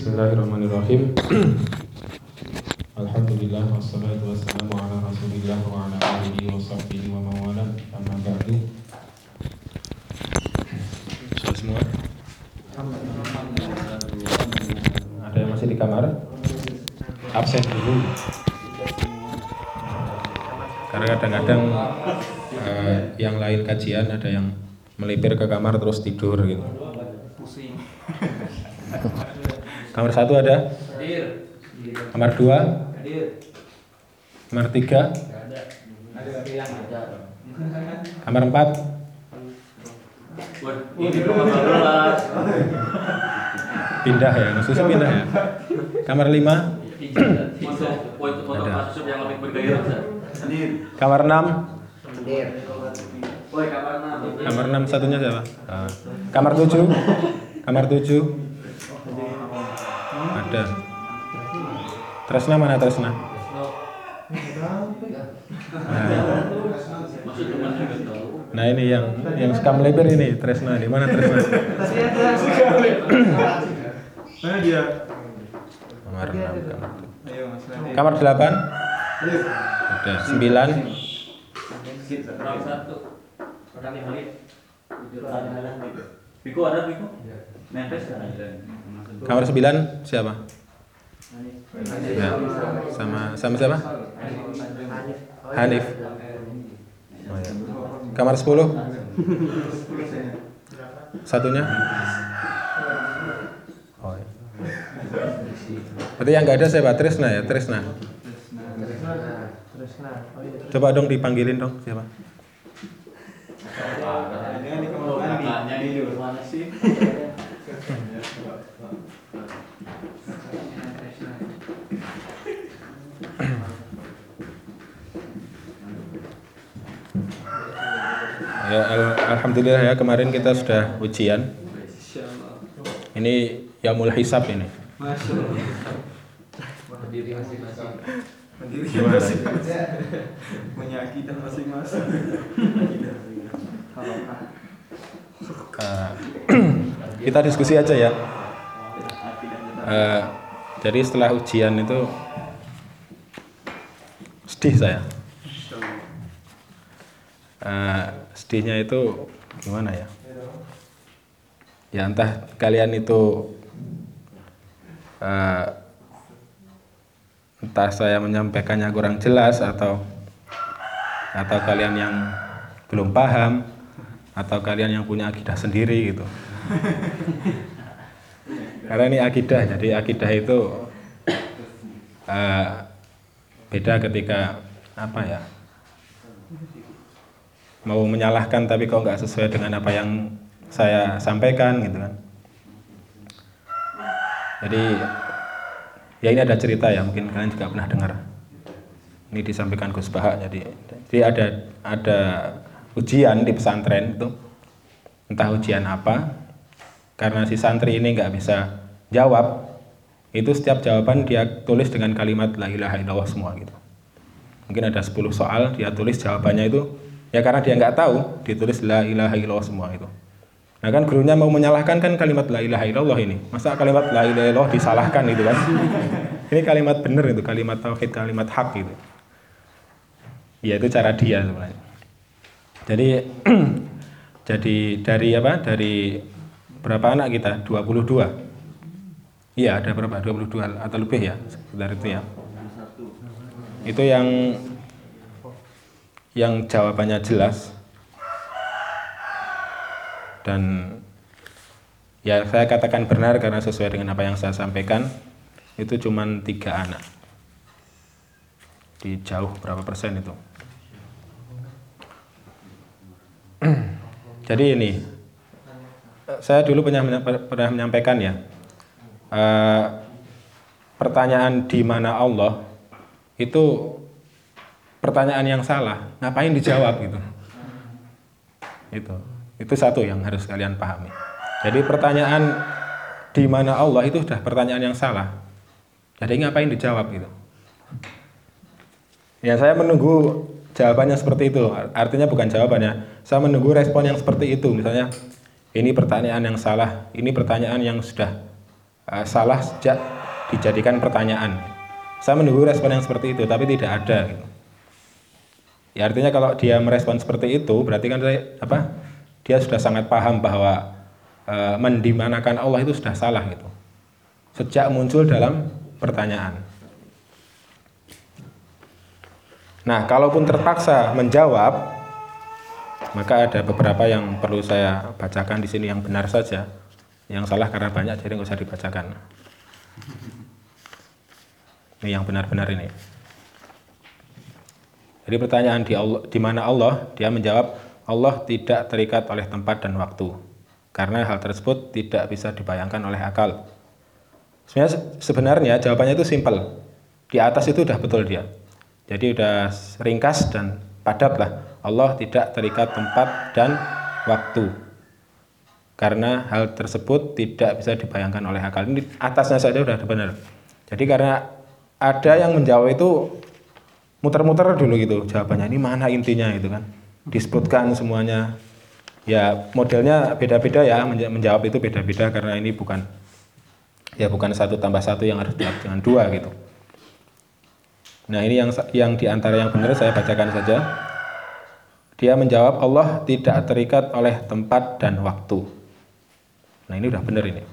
Bismillahirrahmanirrahim. Alhamdulillah wassalatu wassalamu ala Rasulillah wa ala alihi wa sahbihi wa mawala. Amma ba'du. Soal semua? Ada yang masih di kamar? Absen dulu. Karena kadang-kadang yang lain kajian ada yang melipir ke kamar terus tidur gitu. Pusing. Kamar 1 ada? Kamar 2? Kamar 3? Kamar 4? Ini kamar 12. Pindah ya, khusus pindah ya. Kamar 5? Ada. Yang lebih bergairah. Kamar 6? Kamar 6. Kamar 6 satunya siapa? Kamar 7? Kamar 7? Ada. Tresna mana Tresna? Nah ini yang suka melipir ini Tresna. Di mana Tresna? Mana dia? Kamar 6, kamar 7. Ayo Mas Nadi. Kamar 8? Ada. 9? Kamar 1. Piko ada Piko? Netes ada. Kamar 9 siapa? Ya. Sama siapa? Hanif. Oh, ya. Kamar 10? Satunya? Oh, ya. Berarti yang nggak ada siapa? Tresna ya? Tresna. Coba dong dipanggilin dong siapa? Jangan di kamar mandi. Di mana sih? Ya, alhamdulillah ya kemarin kita sudah ujian. Ini Yaumul Hisab ini. Berdiri masing-masing. Gimana? Punya akidah masing-masing. Kita diskusi aja ya. Jadi setelah ujian itu sedih saya. Sedihnya itu gimana ya? Ya entah kalian itu entah saya menyampaikannya kurang jelas atau kalian yang belum paham atau kalian yang punya akidah sendiri gitu. Karena ini akidah, jadi akidah itu beda ketika apa ya? Mau menyalahkan tapi kok nggak sesuai dengan apa yang saya sampaikan gitu kan. Jadi ya ini ada cerita ya, mungkin kalian juga pernah dengar. Ini disampaikan Gus Bahak. Jadi ada ujian di pesantren itu, entah ujian apa, karena si santri ini nggak bisa jawab, itu setiap jawaban dia tulis dengan kalimat la ilaha illallah semua gitu. Mungkin ada 10 soal, dia tulis jawabannya itu, ya karena dia nggak tahu, ditulis la ilaha illallah semua itu. Nah kan gurunya mau menyalahkan kan kalimat la ilaha illallah ini. Masa kalimat la ilaha illallah disalahkan gitu kan. Ini kalimat benar itu, kalimat tauhid, kalimat hak gitu. Ya itu cara dia sebenarnya. Jadi dari apa? Dari berapa anak kita? 22. Iya, ada berapa? 22 atau lebih ya, sekitar itu ya. Itu yang jawabannya jelas. Dan ya saya katakan benar karena sesuai dengan apa yang saya sampaikan. Itu cuma 3 anak. Di jauh berapa persen itu. Jadi ini saya dulu pernah menyampaikan ya, pertanyaan di mana Allah itu pertanyaan yang salah, ngapain dijawab gitu. Itu satu yang harus kalian pahami. Jadi pertanyaan di mana Allah itu sudah pertanyaan yang salah. Jadi ngapain dijawab gitu. Ya saya menunggu jawabannya seperti itu. Artinya bukan jawabannya, saya menunggu respon yang seperti itu. Misalnya ini pertanyaan yang salah, ini pertanyaan yang sudah salah sejak dijadikan pertanyaan. Saya menunggu respon yang seperti itu, tapi tidak ada. Gitu. Ya artinya kalau dia merespon seperti itu, berarti kan dia sudah sangat paham bahwa mendimanakan Allah itu sudah salah gitu. Sejak muncul dalam pertanyaan. Nah, kalaupun terpaksa menjawab, maka ada beberapa yang perlu saya bacakan di sini yang benar saja. Yang salah karena banyak, jadi nggak usah dibacakan. Ini yang benar-benar ini. Jadi pertanyaan di mana Allah, dia menjawab, Allah tidak terikat oleh tempat dan waktu. Karena hal tersebut tidak bisa dibayangkan oleh akal. Sebenarnya jawabannya itu simpel. Di atas itu udah betul dia. Jadi udah ringkas dan padat lah. Allah tidak terikat tempat dan waktu. Karena hal tersebut tidak bisa dibayangkan oleh akal. Ini atasnya saja udah benar. Jadi karena ada yang menjawab itu muter-muter dulu gitu jawabannya. Ini mana intinya gitu kan. Disebutkan semuanya. Ya modelnya beda-beda ya. Menjawab itu beda-beda karena ini bukan 1 tambah 1 yang harus dijawab dengan 2 gitu. Nah ini yang diantara yang benar saya bacakan saja. Dia menjawab Allah tidak terikat oleh tempat dan waktu. Nah ini udah benar ini.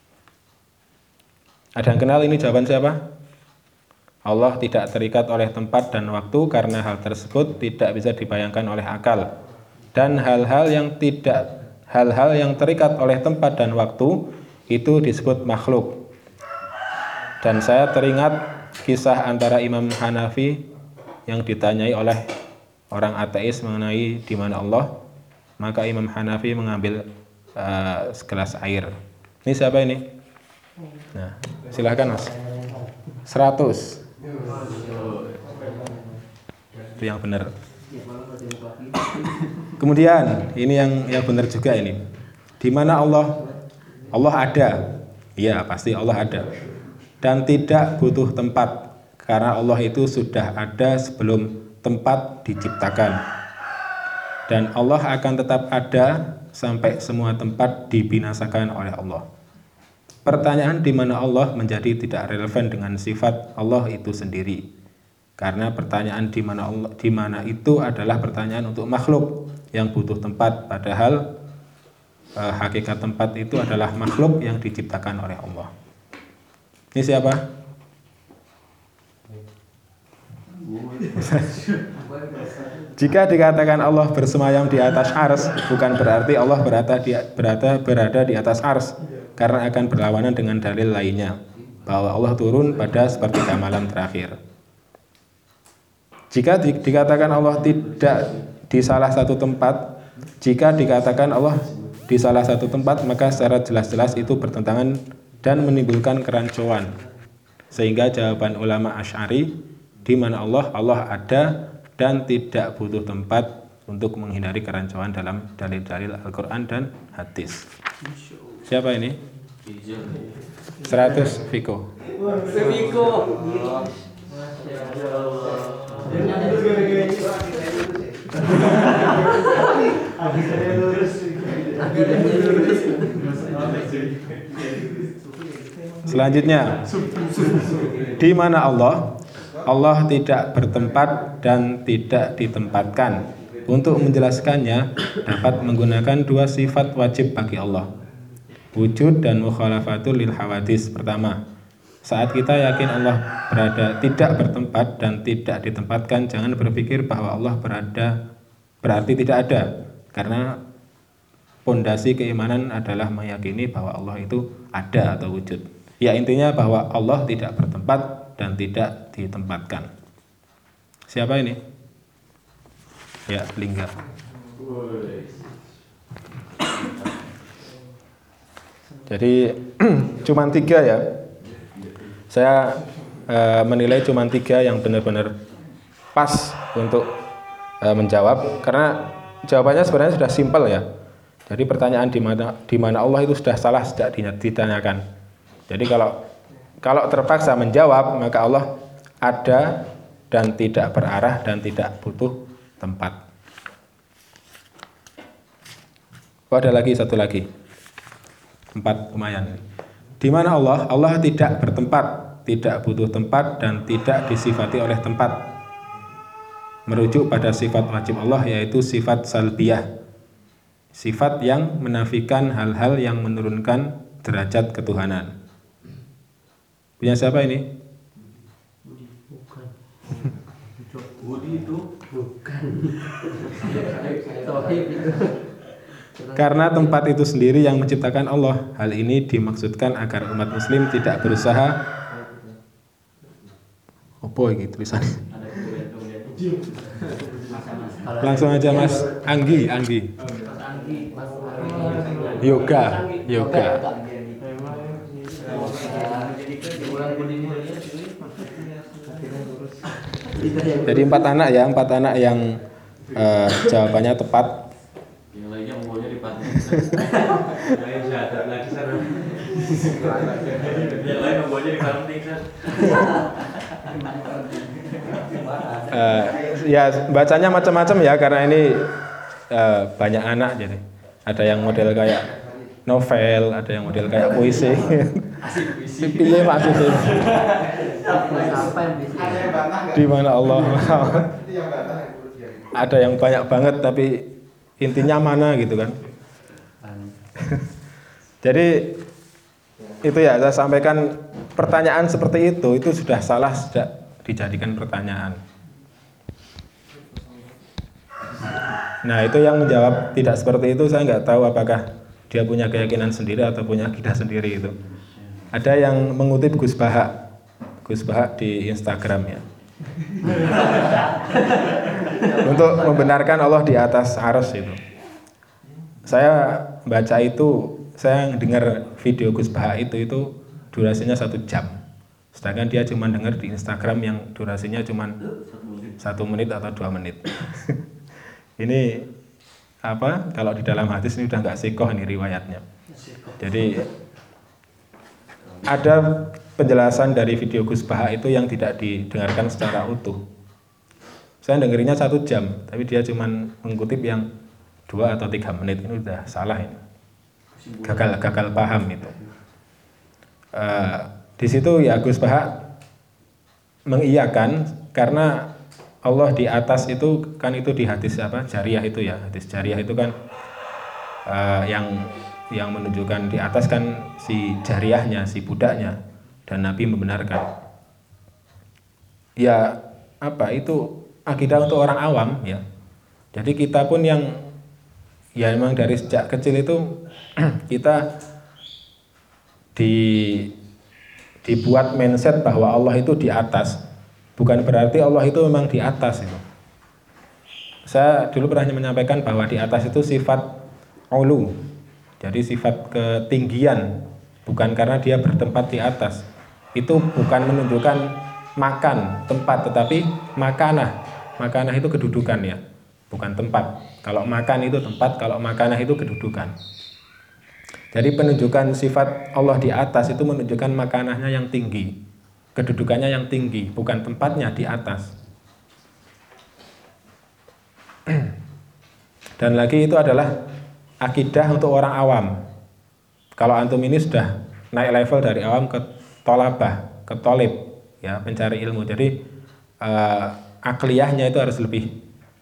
Ada yang kenal ini jawaban siapa? Allah tidak terikat oleh tempat dan waktu karena hal tersebut tidak bisa dibayangkan oleh akal. Dan hal-hal yang terikat oleh tempat dan waktu itu disebut makhluk. Dan saya teringat kisah antara Imam Hanafi yang ditanyai oleh orang ateis mengenai di mana Allah, maka Imam Hanafi mengambil segelas air. Ini siapa ini? Nah, silahkan Mas. 100. Itu yang benar. Kemudian ini yang benar juga ini. Di mana Allah? Allah ada. Iya, pasti Allah ada. Dan tidak butuh tempat karena Allah itu sudah ada sebelum tempat diciptakan. Dan Allah akan tetap ada sampai semua tempat dibinasakan oleh Allah. Pertanyaan di mana Allah menjadi tidak relevan dengan sifat Allah itu sendiri. Karena pertanyaan di mana itu adalah pertanyaan untuk makhluk yang butuh tempat, padahal hakikat tempat itu adalah makhluk yang diciptakan oleh Allah. Ini siapa? Jika dikatakan Allah bersemayam di atas ars, bukan berarti Allah berada di atas ars, karena akan berlawanan dengan dalil lainnya bahwa Allah turun pada sepertiga malam terakhir. Jika dikatakan Allah tidak di salah satu tempat, maka secara jelas-jelas itu bertentangan dan menimbulkan kerancuan. Sehingga jawaban ulama Asy'ari di mana Allah ada dan tidak butuh tempat untuk menghindari kerancuan dalam dalil-dalil Al-Qur'an dan hadis. Siapa ini? 100 Viko. Selanjutnya, di mana Allah? Allah tidak bertempat dan tidak ditempatkan. Untuk menjelaskannya, dapat menggunakan 2 sifat wajib bagi Allah, wujud dan mukhalafatul lil hawadis. Pertama, saat kita yakin Allah tidak bertempat dan tidak ditempatkan, jangan berpikir bahwa Allah berarti tidak ada, karena pondasi keimanan adalah meyakini bahwa Allah itu ada atau wujud. Ya intinya bahwa Allah tidak bertempat dan tidak ditempatkan. Siapa ini? Ya, Lingga. Jadi cuma 3 ya. Saya menilai cuma 3 yang benar-benar pas untuk menjawab, karena jawabannya sebenarnya sudah simpel ya. Jadi pertanyaan di mana Allah itu sudah salah sejak ditanyakan. Jadi kalau terpaksa menjawab, maka Allah ada dan tidak berarah dan tidak butuh tempat. Oh, ada lagi 1 lagi. 4 lumayan. Di mana Allah? Allah tidak bertempat, tidak butuh tempat dan tidak disifati oleh tempat. Merujuk pada sifat wajib Allah yaitu sifat salbiyah. Sifat yang menafikan hal-hal yang menurunkan derajat ketuhanan. Punya siapa ini? Budi itu Bukan. Tauhid itu. Karena tempat itu sendiri yang menciptakan Allah. Hal ini dimaksudkan agar umat muslim tidak berusaha. Apa ini tulisannya? ada kemudian Langsung aja Mas Anggi. Mas Anggi. Yoga. Jadi 4 anak yang jawabannya tepat. yang lainnya umurnya di pantai. Yang lain syahadat lagi sana. Yang lain umurnya di karantina sana. Ya bacanya macam-macam ya karena ini banyak anak jadi ada yang model kayak novel, ada yang model kayak puisi. Pilih maksudnya. Apa yang bisa? Di mana Allah? Ada yang banyak banget tapi intinya mana gitu kan. Jadi itu ya saya sampaikan pertanyaan seperti itu sudah salah sejak dijadikan pertanyaan. Nah itu yang menjawab tidak seperti itu saya nggak tahu apakah dia punya keyakinan sendiri atau punya akidah sendiri itu. Ada yang mengutip Gus Bahak di Instagram ya. Untuk membenarkan Allah di atas arsy itu. Saya baca itu, saya dengar video Gus Bahak itu durasinya 1 jam. Sedangkan dia cuma dengar di Instagram yang durasinya cuma 1 menit atau 2 menit. Ini apa? Kalau di dalam hadis ini udah nggak sikoh ini riwayatnya. Jadi ada penjelasan dari video Gus Bahak itu yang tidak didengarkan secara utuh. Saya dengerinnya 1 jam, tapi dia cuma mengutip yang 2 atau 3 menit. Ini udah salah ini. Gagal paham itu. Di situ ya Gus Bahak mengiyakan karena Allah di atas itu kan itu di hadis apa jariyah itu ya, hadis jariyah itu kan yang menunjukkan di atas kan si jariyahnya, si budaknya, dan Nabi membenarkan. Ya apa itu akidah untuk orang awam ya. Jadi kita pun yang ya memang dari sejak kecil itu kita dibuat mindset bahwa Allah itu di atas. Bukan berarti Allah itu memang di atas itu. Saya dulu pernah menyampaikan bahwa di atas itu sifat ulu. Jadi sifat ketinggian, bukan karena dia bertempat di atas. Itu bukan menunjukkan makan, tempat, tetapi makanah. Makanah itu kedudukan ya, bukan tempat. Kalau makan itu tempat, kalau makanah itu kedudukan. Jadi penunjukan sifat Allah di atas itu menunjukkan makanahnya yang tinggi. Kedudukannya yang tinggi, bukan tempatnya di atas. Dan lagi itu adalah akidah untuk orang awam. Kalau antum ini sudah naik level dari awam ke tolabah, ke tolib, ya pencari ilmu. Jadi akliyahnya itu harus lebih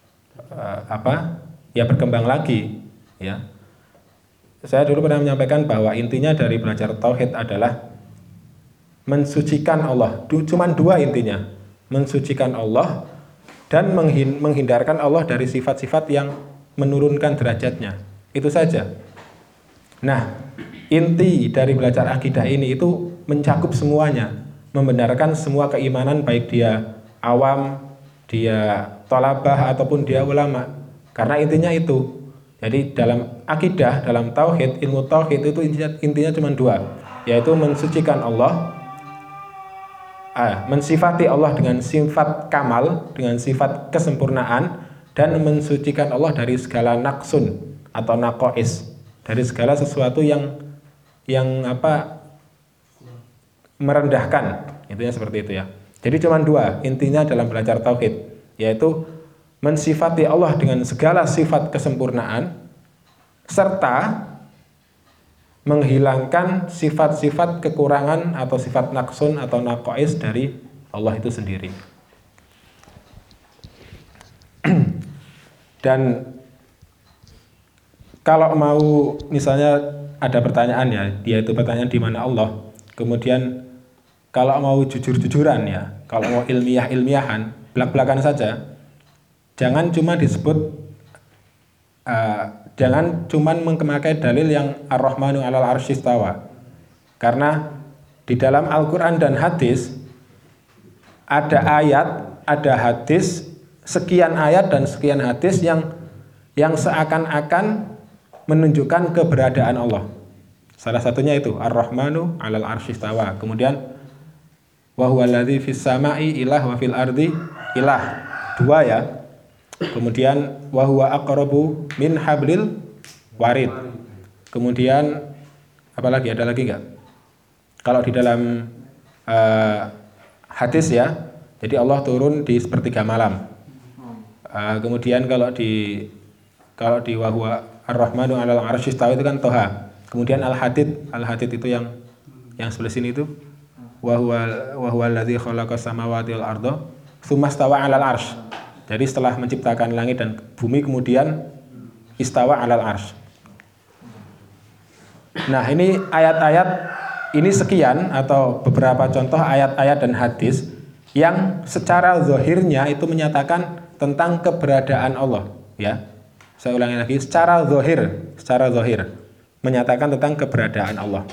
ya berkembang lagi. Ya, saya dulu pernah menyampaikan bahwa intinya dari belajar tauhid adalah mensucikan Allah. Cuman 2 intinya, mensucikan Allah dan menghindarkan Allah dari sifat-sifat yang menurunkan derajatnya. Itu saja. Nah, inti dari belajar akidah ini itu mencakup semuanya, membenarkan semua keimanan baik dia awam, dia tolabah ataupun dia ulama. Karena intinya itu. Jadi dalam akidah, dalam tauhid, ilmu tauhid itu intinya cuma 2, yaitu mensucikan Allah, mensifati Allah dengan sifat kamal, dengan sifat kesempurnaan, dan mensucikan Allah dari segala naqsun atau naqais, dari segala sesuatu yang merendahkan. Intinya seperti itu ya. Jadi cuma 2 intinya dalam belajar tauhid, yaitu mensifati Allah dengan segala sifat kesempurnaan serta menghilangkan sifat-sifat kekurangan atau sifat naqsun atau naqais dari Allah itu sendiri. Dan kalau mau misalnya ada pertanyaan ya, dia itu pertanyaan di mana Allah. Kemudian kalau mau jujur-jujuran ya, kalau mau ilmiah-ilmiahan, belak-belakan saja. Jangan cuma disebut jangan cuma memakai dalil yang Ar-Rahmanu 'alal 'arsy istawa. Karena di dalam Al-Qur'an dan hadis ada ayat, ada hadis, sekian ayat dan sekian hadis yang seakan-akan menunjukkan keberadaan Allah. Salah satunya itu Ar-Rahmanu 'alal 'arsy istawa. Kemudian wa huwal ladzi fis sama'i ilah wa fil ardi ilah. Dua ya. Kemudian wa huwa aqrabu min hablil warid. Kemudian apa lagi? Ada lagi enggak? Kalau di dalam hadis ya, jadi Allah turun di sepertiga malam. Kemudian kalau di wa huwa Ar-Rahmanu 'alal 'arsy istawa itu kan Toha. Kemudian Al-Hadid itu yang sebelah sini itu wa huwa alladzi khalaqas samawati wal arda tsumma stawa 'alal 'arsy. Jadi setelah menciptakan langit dan bumi kemudian istawa 'alal 'arsy. Nah, ini ayat-ayat ini sekian atau beberapa contoh ayat-ayat dan hadis yang secara zahirnya itu menyatakan tentang keberadaan Allah, ya. Saya ulangi lagi, secara zahir menyatakan tentang keberadaan Allah.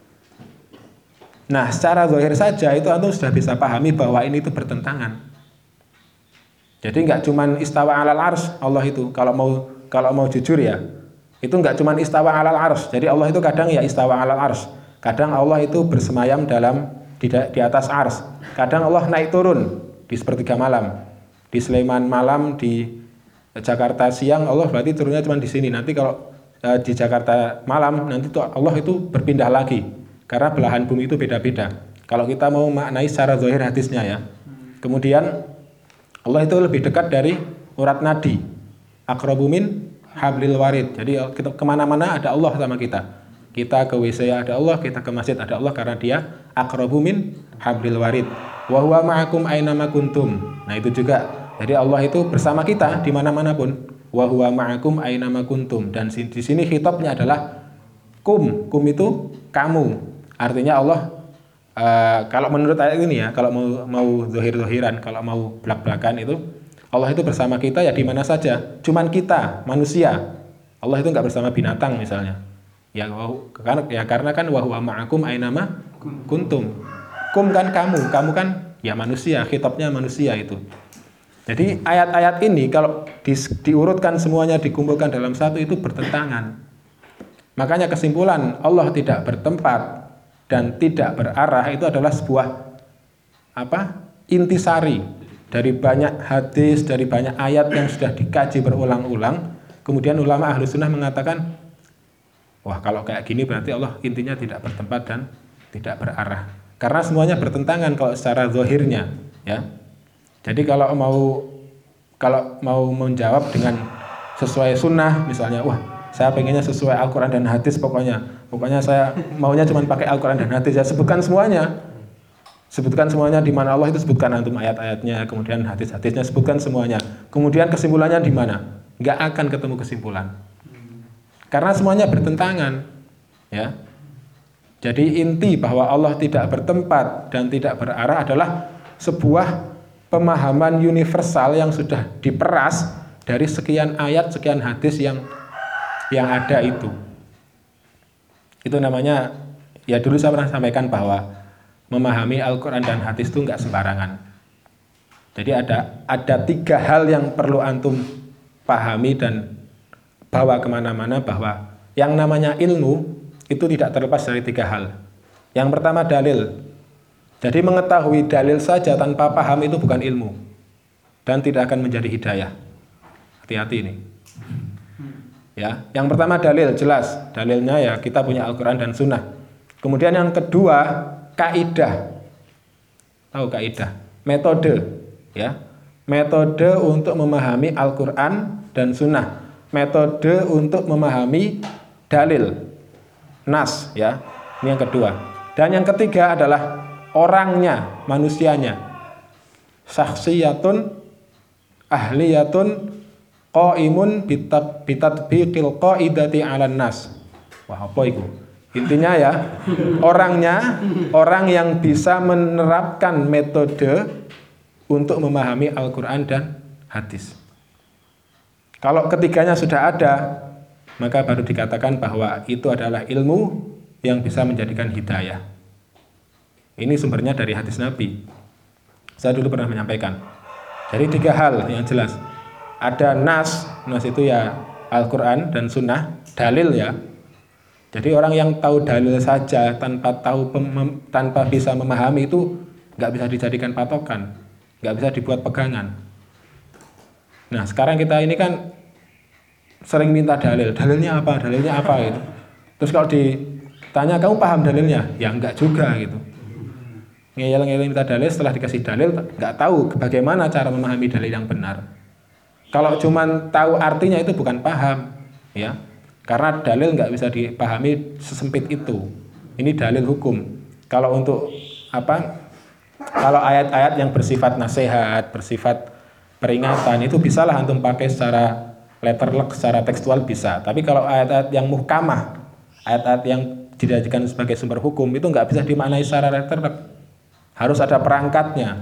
Nah, secara zahir saja itu antum sudah bisa pahami bahwa ini itu bertentangan. Jadi nggak cuman istawa 'alal 'arsy Allah itu, kalau mau jujur ya, itu nggak cuman istawa 'alal 'arsy. Jadi Allah itu kadang ya istawa 'alal 'arsy. Kadang Allah itu bersemayam di atas ars. Kadang Allah naik turun di sepertiga malam. Di Sleman malam, di Jakarta siang, Allah berarti turunnya cuma di sini. Nanti kalau di Jakarta malam, nanti tuh Allah itu berpindah lagi. Karena belahan bumi itu beda-beda. Kalau kita mau maknai secara zahir hadisnya ya. Kemudian Allah itu lebih dekat dari urat nadi. Aqrabu min hablil warid. Jadi kita kemana-mana ada Allah sama kita. Kita ke WC ada Allah, kita ke masjid ada Allah karena dia aqrabu min hablil warid. Wa huwa ma'akum aina ma kuntum. Nah, itu juga. Jadi Allah itu bersama kita di mana-mana pun. Wa huwa ma'akum aina ma kuntum. Dan di sini khitabnya adalah kum. Kum itu kamu. Artinya Allah kalau menurut ayat ini ya, kalau mau zahir-zahiran, kalau mau belak-belakan itu Allah itu bersama kita ya di mana saja. Cuman kita manusia. Allah itu enggak bersama binatang misalnya. Ya karena kan wa huwa ma'akum aina ma kuntum. Kum kan kamu kan ya manusia, khitabnya manusia itu. Jadi ayat-ayat ini kalau diurutkan semuanya dikumpulkan dalam satu itu bertentangan. Makanya kesimpulan Allah tidak bertempat dan tidak berarah itu adalah sebuah intisari dari banyak hadis, dari banyak ayat yang sudah dikaji berulang-ulang. Kemudian ulama ahlu sunnah mengatakan, wah kalau kayak gini berarti Allah intinya tidak bertempat dan tidak berarah. Karena semuanya bertentangan kalau secara zahirnya, ya. Jadi kalau mau menjawab dengan sesuai sunnah, misalnya, wah saya pengennya sesuai Al-Quran dan hadis pokoknya saya maunya cuma pakai Al-Quran dan hadis, ya sebutkan semuanya di mana Allah itu sebutkan antum ayat-ayatnya, kemudian hadis-hadisnya sebutkan semuanya, kemudian kesimpulannya di mana? Nggak akan ketemu kesimpulan karena semuanya bertentangan, ya. Jadi inti bahwa Allah tidak bertempat dan tidak berarah adalah sebuah pemahaman universal yang sudah diperas dari sekian ayat, sekian hadis yang ada itu. Itu namanya, ya dulu saya pernah sampaikan bahwa memahami Al-Quran dan hadis itu nggak sembarangan. Jadi ada 3 hal yang perlu antum pahami dan bawa kemana-mana, bahwa yang namanya ilmu itu tidak terlepas dari 3 hal. Yang pertama dalil. Jadi mengetahui dalil saja tanpa paham itu bukan ilmu dan tidak akan menjadi hidayah. Hati-hati ini. Ya, yang pertama dalil, jelas dalilnya ya kita punya Al-Quran dan Sunnah. Kemudian yang kedua kaidah, tahu kaidah, metode, ya, metode untuk memahami Al-Quran dan Sunnah, metode untuk memahami dalil. nas ya. Ini yang kedua. Dan yang ketiga adalah orangnya, manusianya. Syakhsiyatun ahliyatun qaimun bitatbiqil qaidati 'alan nas. Wah, apa itu? Intinya ya, orangnya orang yang bisa menerapkan metode untuk memahami Al-Qur'an dan hadis. Kalau ketiganya sudah ada, maka baru dikatakan bahwa itu adalah ilmu yang bisa menjadikan hidayah. Ini sumbernya dari hadis Nabi. Saya dulu pernah menyampaikan. Jadi 3 hal yang jelas. Ada nas itu ya Al-Quran dan Sunnah, dalil ya. Jadi orang yang tahu dalil saja tanpa bisa memahami itu nggak bisa dijadikan patokan, nggak bisa dibuat pegangan. Nah sekarang kita ini kan sering minta dalilnya apa gitu. Terus kalau ditanya kamu paham dalilnya, ya enggak juga gitu. Ngeyel-ngeyel minta dalil, setelah dikasih dalil nggak tahu bagaimana cara memahami dalil yang benar. Kalau cuman tahu artinya itu bukan paham, ya. Karena dalil nggak bisa dipahami sesempit itu. Ini dalil hukum. Kalau untuk apa? Kalau ayat-ayat yang bersifat nasihat, bersifat peringatan itu bisalah antum pakai secara letterlek, secara tekstual bisa. Tapi kalau ayat-ayat yang muhkamah, ayat-ayat yang dijadikan sebagai sumber hukum itu nggak bisa dimaknai secara letterlek. Harus ada perangkatnya.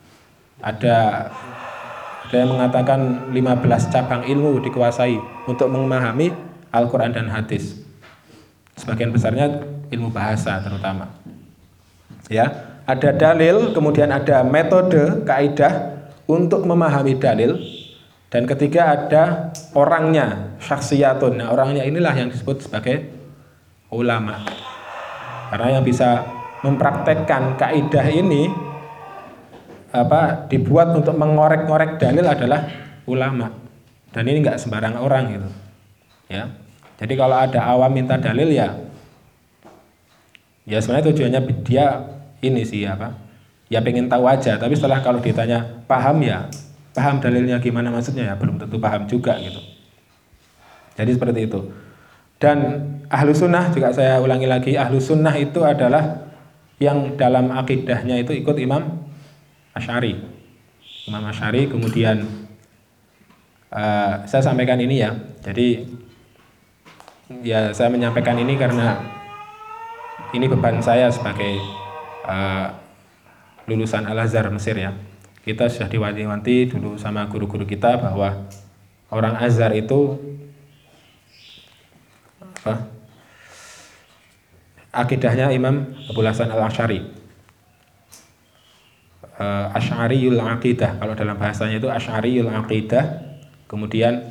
Ada yang mengatakan 15 cabang ilmu dikuasai untuk memahami Al-Quran dan hadis. Sebagian besarnya ilmu bahasa terutama. Ya, ada dalil, kemudian ada metode, kaidah untuk memahami dalil, dan ketiga ada orangnya, syakhsiyatun. Nah, orangnya inilah yang disebut sebagai ulama. Karena yang bisa mempraktekkan kaidah ini dibuat untuk mengorek-ngorek dalil adalah ulama. Dan ini enggak sembarang orang gitu. Ya. Jadi kalau ada awam minta dalil ya sebenarnya tujuannya dia ini sih ya pengen tahu aja, tapi setelah kalau ditanya paham dalilnya gimana maksudnya ya belum tentu paham juga gitu. Jadi seperti itu. Dan ahlu sunnah juga saya ulangi lagi, ahlu sunnah itu adalah yang dalam akidahnya itu ikut Imam Asy'ari. Imam Asy'ari, kemudian saya sampaikan ini ya. Jadi ya saya menyampaikan ini karena ini beban saya sebagai lulusan Al-Azhar Mesir ya. Kita sudah diwanti-wanti dulu sama guru-guru kita bahwa orang Azhar itu akidahnya Imam Abul Hasan Al-Asy'ari. Asy'ariyul aqidah, kalau dalam bahasanya itu Asy'ariyul aqidah. Kemudian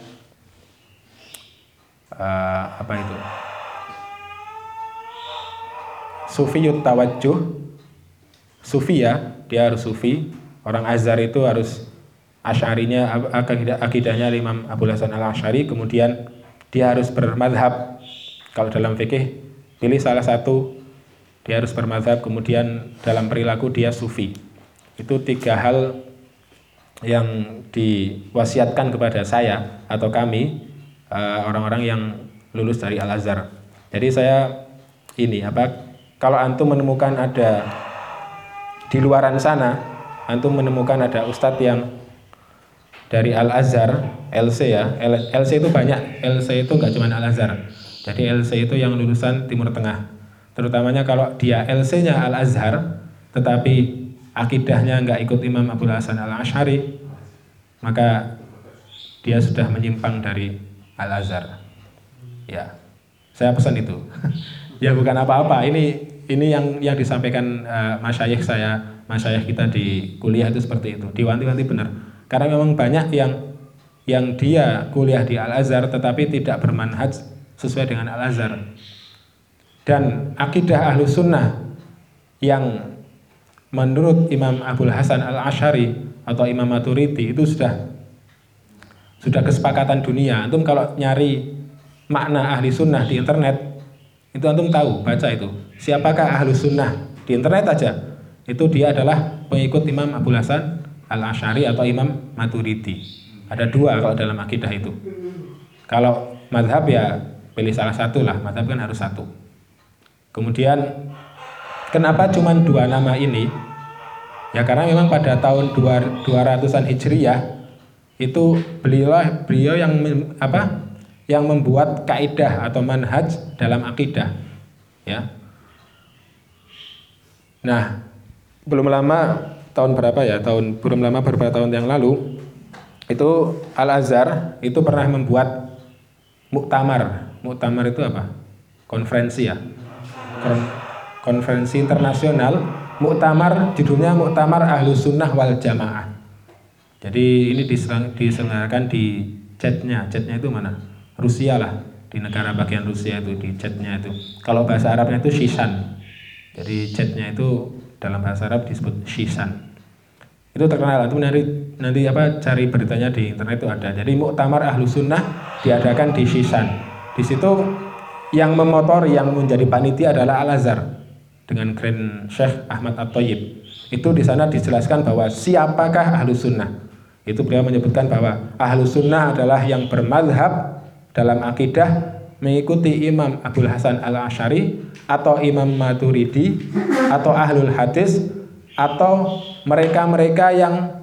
Sufiyut tawajjuh, sufi ya, dia harus sufi. Orang Azhar itu harus Asy'arinya, akidahnya Imam Abul Hasan Al-Asy'ari. Kemudian dia harus bermadhab. Kalau dalam fikih pilih salah satu, dia harus bermadhab. Kemudian dalam perilaku dia sufi. Itu 3 hal yang diwasiatkan kepada saya atau kami, orang-orang yang lulus dari Al-Azhar. Jadi saya kalau antum menemukan ada di luaran sana, antum menemukan ada ustadz yang dari Al-Azhar, LC ya, LC itu banyak, LC itu nggak cuma Al-Azhar. Jadi LC itu yang lulusan Timur Tengah. Terutamanya kalau dia LC-nya Al-Azhar, tetapi akidahnya nggak ikut Imam Abul Hasan Al-Asy'ari, maka dia sudah menyimpang dari Al-Azhar. Ya, saya pesan itu. Ya bukan apa-apa. Ini yang disampaikan masyayikh saya, masyayikh kita di kuliah itu seperti itu. Diwanti-wanti benar. Karena memang banyak yang dia kuliah di Al-Azhar tetapi tidak bermanhaj sesuai dengan Al-Azhar. Dan akidah Ahlus Sunnah yang menurut Imam Abul Hasan Al-Asy'ari atau Imam Maturidi itu sudah kesepakatan dunia. Antum kalau nyari makna ahli sunnah di internet, itu antum tahu, baca itu. Siapakah ahli sunnah di internet aja? Itu dia adalah pengikut Imam Abul Hasan Al-Asy'ari atau Imam Maturidi. Ada 2 kalau dalam akidah itu. Kalau madhab ya pilih salah satu lah, madhab kan harus 1. Kemudian kenapa cuma 2 nama ini? Ya karena memang pada tahun 200-an Hijriyah itu beliau yang membuat kaidah atau manhaj dalam akidah, ya. Nah, belum lama beberapa tahun yang lalu itu Al-Azhar itu pernah membuat muktamar. Muktamar itu apa? Konferensi ya. Konferensi internasional. Muktamar judulnya Muktamar Ahlus Sunnah wal Jamaah. Jadi ini diselenggarakan di Chetnya itu mana? Rusia lah, di negara bagian Rusia itu di Chetnya itu. Kalau bahasa Arabnya itu Shishan. Jadi Chetnya itu dalam bahasa Arab disebut Shishan. Itu terkenal. Itu nanti cari beritanya di internet itu ada. Jadi Muktamar Ahlus Sunnah diadakan di Shishan. Di situ yang memotori, yang menjadi panitia adalah Al-Azhar dengan Grand Syekh Ahmad At-Thayyib. Itu di sana dijelaskan bahwa siapakah Ahlus Sunnah. Itu beliau menyebutkan bahwa Ahlus Sunnah adalah yang bermadhab dalam akidah mengikuti Imam Abdul Hasan Al-Asy'ari atau Imam Maturidi atau Ahlul Hadis atau mereka-mereka yang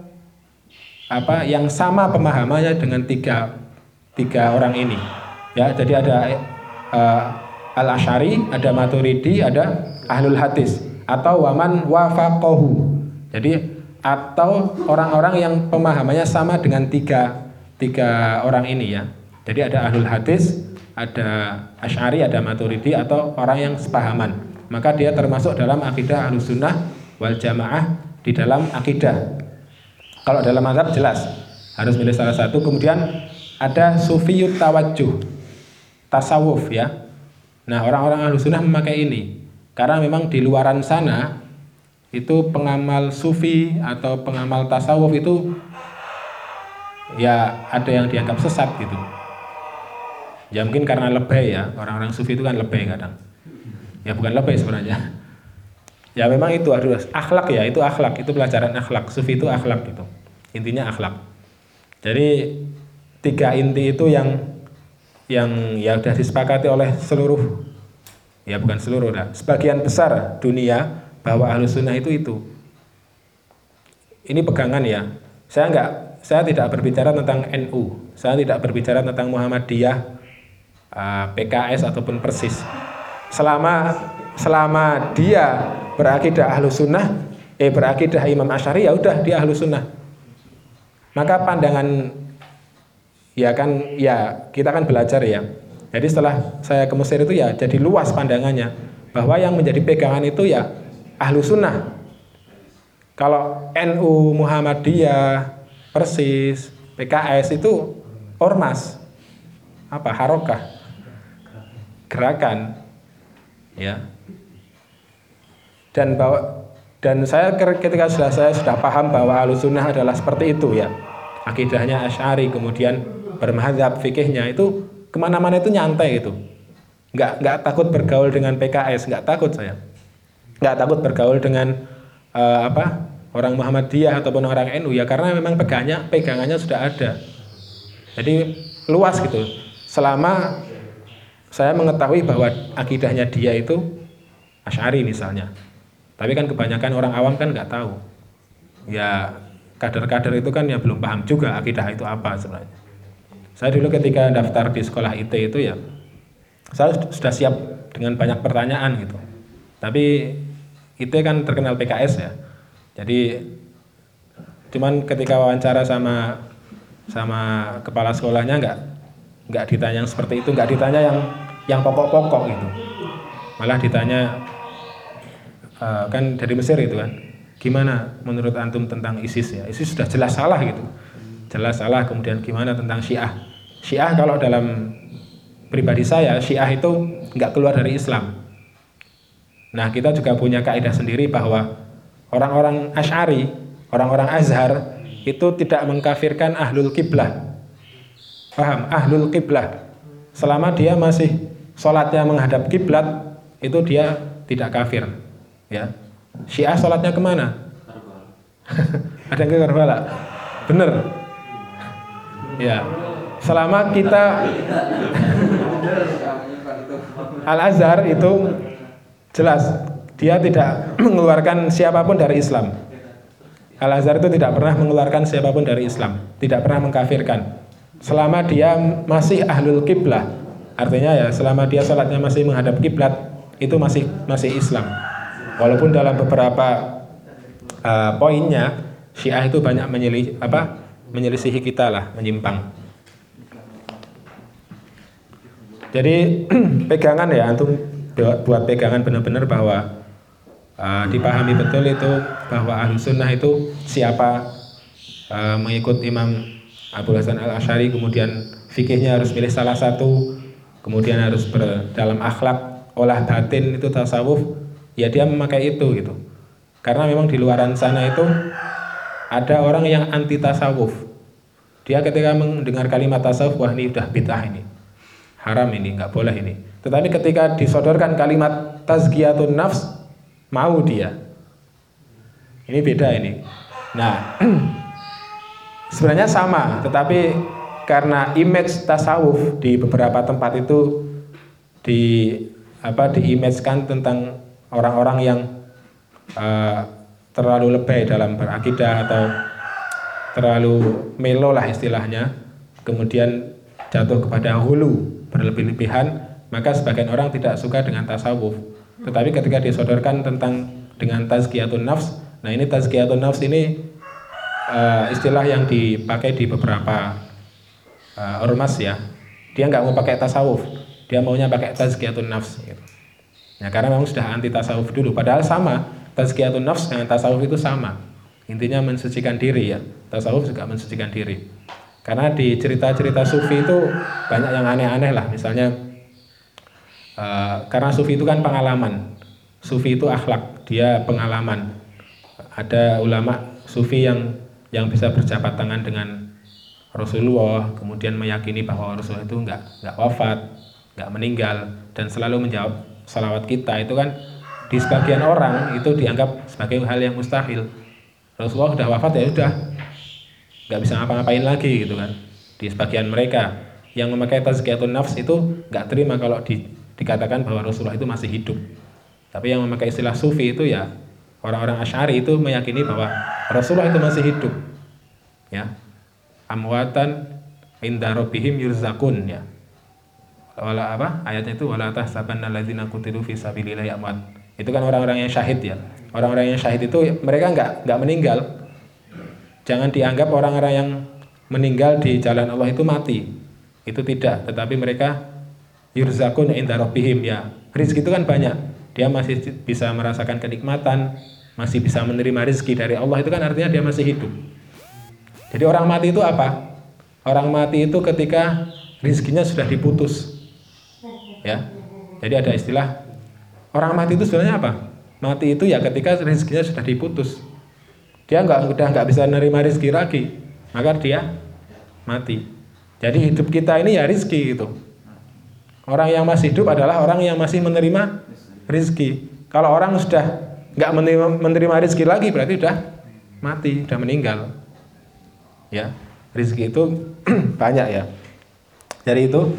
sama pemahamannya dengan tiga orang ini. Ya, jadi ada Al-Asy'ari, ada Maturidi, ada Ahlul Hadis atau waman wafaqahu. Jadi atau orang-orang yang pemahamannya sama dengan tiga orang ini ya. Jadi ada Ahlul Hadis, ada Asy'ari, ada Maturidi atau orang yang sepahaman. Maka dia termasuk dalam akidah Ahlus Sunnah wal Jamaah di dalam akidah. Kalau dalam mazhab jelas harus milih salah satu. Kemudian ada Sufiyut Tawajjuh, tasawuf ya. Nah, orang-orang Ahlus Sunnah memakai ini karena memang di luaran sana itu pengamal sufi atau pengamal tasawuf itu ya ada yang dianggap sesat gitu. Ya mungkin karena lebay ya, orang-orang sufi itu kan lebay kadang. Ya bukan lebay sebenarnya. Ya memang itu harus akhlak ya, itu akhlak, itu pelajaran akhlak. Sufi itu akhlak gitu. Intinya akhlak. Jadi 3 inti itu yang ya sudah disepakati oleh seluruh, ya bukan seluruh lah, sebagian besar dunia bahwa Ahlus Sunnah itu. Ini pegangan ya. Saya tidak berbicara tentang NU, saya tidak berbicara tentang Muhammadiyah, PKS ataupun Persis. Selama dia berakidah Ahlus Sunnah, berakidah Imam Asy'ari, ya udah dia Ahlus Sunnah. Maka pandangan kita kan belajar ya. Jadi setelah saya ke Mesir itu ya jadi luas pandangannya bahwa yang menjadi pegangan itu ya Ahlus Sunnah. Kalau NU, Muhammadiyah, Persis, PKS itu ormas, harokah, gerakan, ya. Dan saya ketika saya sudah paham bahwa Ahlus Sunnah adalah seperti itu ya, akidahnya Asy'ari, kemudian bermadzhab fikihnya itu kemana-mana itu nyantai gitu, nggak takut bergaul dengan PKS, nggak takut saya. Nggak takut bergaul dengan orang Muhammadiyah ataupun orang NU ya karena memang pegangannya sudah ada. Jadi luas gitu. Selama saya mengetahui bahwa akidahnya dia itu Asy'ari misalnya. Tapi kan kebanyakan orang awam kan nggak tahu. Ya kader-kader itu kan ya belum paham juga akidah itu apa sebenarnya. Saya dulu ketika daftar di sekolah IT itu ya saya sudah siap dengan banyak pertanyaan gitu. Tapi IT kan terkenal PKS ya. Jadi cuman ketika wawancara sama kepala sekolahnya nggak ditanya yang seperti itu, nggak ditanya yang pokok-pokok gitu. Malah ditanya kan dari Mesir itu kan, gimana menurut antum tentang ISIS ya? ISIS sudah jelas salah gitu. Jelas salah. Kemudian gimana tentang Syiah? Syiah kalau dalam pribadi saya, Syiah itu nggak keluar dari Islam. Nah kita juga punya kaidah sendiri bahwa orang-orang Asy'ari, orang-orang Azhar itu tidak mengkafirkan ahlul qiblah. Paham? Ahlul qiblah. Selama dia masih sholatnya menghadap kiblat, itu dia tidak kafir. Ya. Syiah sholatnya kemana? Ada yang ke Karbala? Bener. Ya. Selama kita Al-Azhar itu Jelas, dia tidak mengeluarkan siapapun dari Islam. Al-Azhar itu tidak pernah mengeluarkan siapapun dari Islam, tidak pernah mengkafirkan. Selama dia masih ahlul kiblah, artinya ya selama dia sholatnya masih menghadap kiblat, itu masih Islam. Walaupun dalam beberapa poinnya Syiah itu banyak menyelisihi kita lah, menyimpang. Jadi pegangan ya, antum buat pegangan benar-benar bahwa dipahami betul itu bahwa ahlu sunnah itu siapa mengikut Imam Abu Hasan al-Asy'ari, kemudian fikihnya harus pilih salah satu, kemudian harus dalam akhlak, olah batin itu tasawuf, ya dia memakai itu gitu. Karena memang di luaran sana itu ada orang yang anti tasawuf. Dia ketika mendengar kalimat tasawuf, wah ini udah bid'ah ini, haram ini, nggak boleh ini. Tetapi ketika disodorkan kalimat tazkiyatun nafs, mau dia. Ini beda ini. Nah, sebenarnya sama, tetapi karena image tasawuf di beberapa tempat itu diimagekan tentang orang-orang yang terlalu lebay dalam berakidah atau terlalu melo lah istilahnya, kemudian jatuh kepada hulu, berlebih-lebihan, maka sebagian orang tidak suka dengan tasawuf. Tetapi ketika disodorkan dengan tazkiyatun nafs, nah ini tazkiyatun nafs ini istilah yang dipakai di beberapa ormas ya. Dia nggak mau pakai tasawuf, dia maunya pakai tazkiyatun nafs gitu. Nah, karena memang sudah anti tasawuf dulu, padahal sama, tazkiyatun nafs dengan tasawuf itu sama. Intinya mensucikan diri ya. Tasawuf juga mensucikan diri. Karena di cerita-cerita sufi itu banyak yang aneh-aneh lah, misalnya karena sufi itu kan pengalaman, sufi itu akhlak, dia pengalaman. Ada ulama sufi yang bisa berjabat tangan dengan Rasulullah, kemudian meyakini bahwa Rasulullah itu nggak wafat, nggak meninggal, dan selalu menjawab salawat kita. Itu kan di sebagian orang itu dianggap sebagai hal yang mustahil. Rasulullah sudah wafat, ya sudah nggak bisa ngapa-ngapain lagi gitu kan. Di sebagian mereka yang memakai tazkiyatun nafs itu nggak terima kalau dikatakan bahwa Rasulullah itu masih hidup. Tapi yang memakai istilah sufi itu ya orang-orang Asy'ari itu meyakini bahwa Rasulullah itu masih hidup. Ya. Amwatan inda rabbihim yurzaqun ya. Wala ayatnya itu wala tahsabanna alladzina qutilu fi sabilillahi amwat. Itu kan orang-orang yang syahid ya. Orang-orang yang syahid itu mereka enggak meninggal. Jangan dianggap orang-orang yang meninggal di jalan Allah itu mati. Itu tidak, tetapi mereka yurzaqun inda rabbihim ya. Rezeki itu kan banyak. Dia masih bisa merasakan kenikmatan, masih bisa menerima rezeki dari Allah, itu kan artinya dia masih hidup. Jadi orang mati itu apa? Orang mati itu ketika rezekinya sudah diputus. Ya. Jadi ada istilah orang mati itu sebenarnya apa? Mati itu ya ketika rezekinya sudah diputus. Dia udah nggak bisa menerima rezeki lagi, maka dia mati. Jadi hidup kita ini ya rezeki gitu. Orang yang masih hidup adalah orang yang masih menerima rezeki. Kalau orang sudah nggak menerima rezeki lagi, berarti udah mati, udah meninggal. Ya, rezeki itu banyak ya. Jadi itu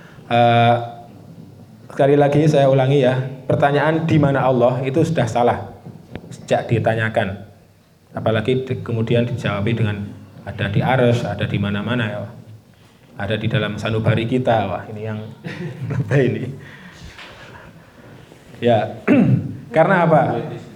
sekali lagi saya ulangi ya, pertanyaan di mana Allah itu sudah salah sejak ditanyakan. Apalagi kemudian dijawab dengan ada di arsy, ada di mana-mana ya. Ada di dalam sanubari kita. Wah, ini yang lebih ini. Ya. Karena apa?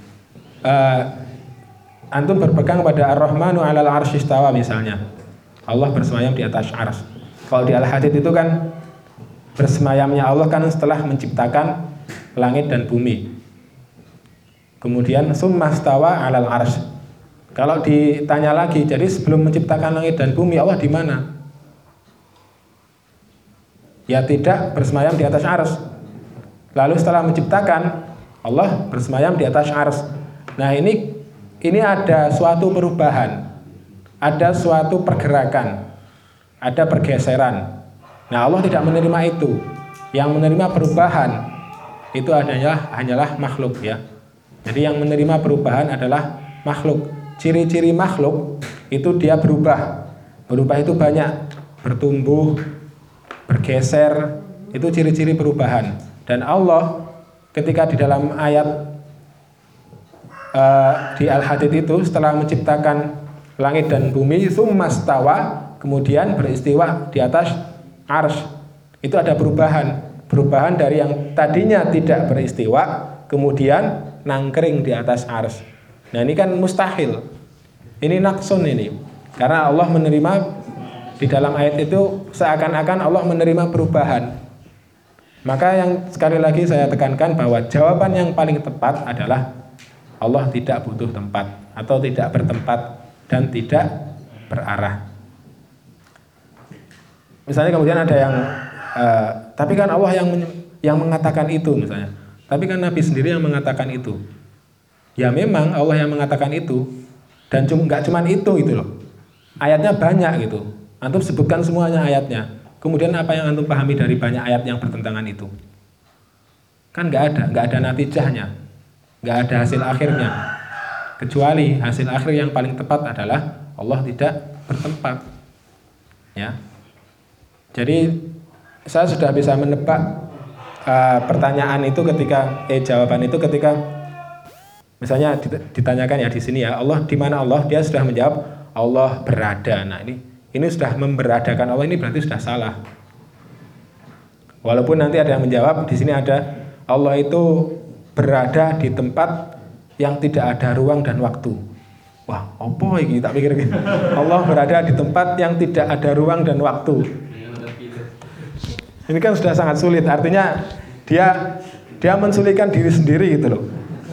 Antum berpegang pada Ar-Rahmanu 'alal 'arsy istawa misalnya. Allah bersemayam di atas arsy. Kalau di Al-Hadid itu kan bersemayamnya Allah kan setelah menciptakan langit dan bumi. Kemudian summa stawa 'alal 'arsy. Kalau ditanya lagi, jadi sebelum menciptakan langit dan bumi Allah di mana? Ya tidak bersemayam di atas arsy. Lalu setelah menciptakan Allah bersemayam di atas arsy. Nah, ini ada suatu perubahan, ada suatu pergerakan, ada pergeseran. Nah, Allah tidak menerima itu. Yang menerima perubahan itu hanyalah makhluk ya. Jadi yang menerima perubahan adalah makhluk. Ciri-ciri makhluk itu dia berubah. Berubah itu banyak, bertumbuh, bergeser, itu ciri-ciri perubahan. Dan Allah ketika di dalam ayat di Al-Hadid itu setelah menciptakan langit dan bumi, tsummastawa, kemudian beristiwa di atas arsy. Itu ada perubahan dari yang tadinya tidak beristiwa kemudian nangkring di atas arsy. Nah, ini kan mustahil. Ini naksun ini. Karena Allah menerima di dalam ayat itu seakan-akan Allah menerima perubahan. Maka yang sekali lagi saya tekankan bahwa jawaban yang paling tepat adalah Allah tidak butuh tempat atau tidak bertempat dan tidak berarah. Misalnya kemudian ada yang tapi kan Allah yang mengatakan itu misalnya. Tapi kan Nabi sendiri yang mengatakan itu. Ya memang Allah yang mengatakan itu dan nggak cuman itu gitu loh. Ayatnya banyak gitu. Antum sebutkan semuanya ayatnya. Kemudian apa yang antum pahami dari banyak ayat yang bertentangan itu? Kan nggak ada natijahnya, nggak ada hasil akhirnya. Kecuali hasil akhir yang paling tepat adalah Allah tidak bertempat. Ya. Jadi saya sudah bisa menebak pertanyaan itu jawaban itu ketika misalnya ditanyakan ya di sini ya, Allah di mana Allah? Dia sudah menjawab Allah berada. Nah, ini sudah memberadakan Allah, ini berarti sudah salah. Walaupun nanti ada yang menjawab di sini ada Allah itu berada di tempat yang tidak ada ruang dan waktu. Wah, apa ini? Tak pikir gitu. Allah berada di tempat yang tidak ada ruang dan waktu. Ini kan sudah sangat sulit. Artinya dia mensulitkan diri sendiri gitu loh.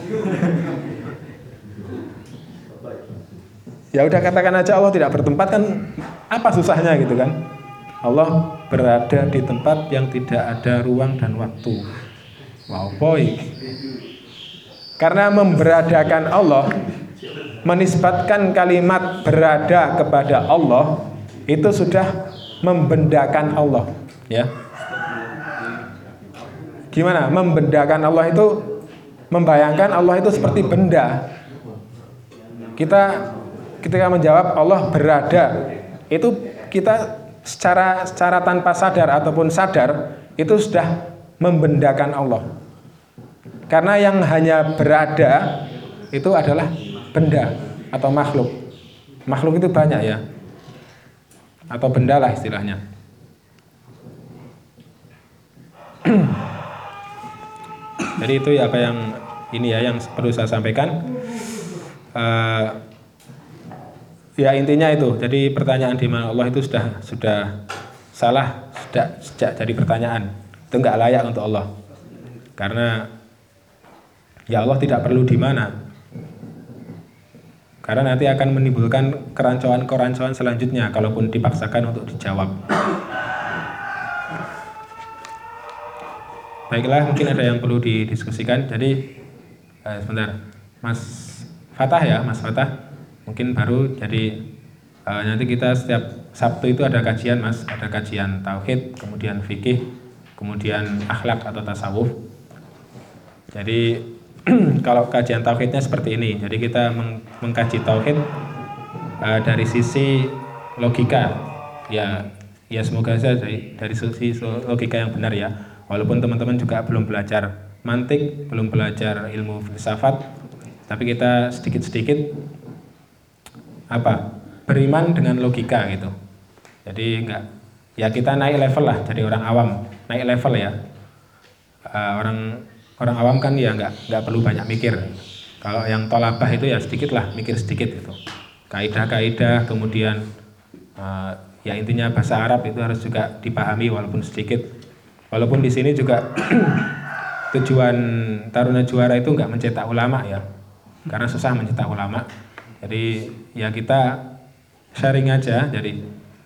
Ya udah katakan aja Allah tidak bertempat, kan apa susahnya gitu kan. Allah berada di tempat yang tidak ada ruang dan waktu. Wow boy. Karena memberadakan Allah, menisbatkan kalimat berada kepada Allah, itu sudah membendakan Allah, ya. Gimana? Membendakan Allah itu membayangkan Allah itu seperti benda. Kita ketika menjawab Allah berada, itu kita secara tanpa sadar ataupun sadar itu sudah membendakan Allah. Karena yang hanya berada itu adalah benda atau makhluk. Makhluk itu banyak ya, atau benda lah istilahnya. Jadi itu ya apa yang ini ya yang perlu saya sampaikan. Ya intinya itu. Jadi pertanyaan di mana Allah itu sudah salah sejak jadi pertanyaan. Itu nggak layak untuk Allah. Karena ya Allah tidak perlu di mana. Karena nanti akan menimbulkan kerancuan-kerancuan selanjutnya kalaupun dipaksakan untuk dijawab. Baiklah, mungkin ada yang perlu didiskusikan. Jadi sebentar, Mas Fatah, mungkin baru. Jadi nanti kita setiap Sabtu itu ada kajian, Mas. Ada kajian tauhid, kemudian fikih, kemudian akhlak atau tasawuf. Jadi kalau kajian tauhidnya seperti ini. Jadi kita mengkaji tauhid dari sisi logika. Ya semoga saja dari sisi logika yang benar ya. Walaupun teman-teman juga belum belajar mantik, belum belajar ilmu filsafat, tapi kita sedikit-sedikit beriman dengan logika gitu. Jadi kita naik level lah, jadi orang awam, naik level ya. Orang awam kan ya nggak perlu banyak mikir. Kalau yang tolabah itu ya sedikit lah, mikir sedikit gitu. Kaidah-kaidah, kemudian ya intinya bahasa Arab itu harus juga dipahami walaupun sedikit. Walaupun di sini juga tujuan Taruna Juara itu nggak mencetak ulama ya, karena susah mencetak ulama. Jadi ya kita sharing aja. Jadi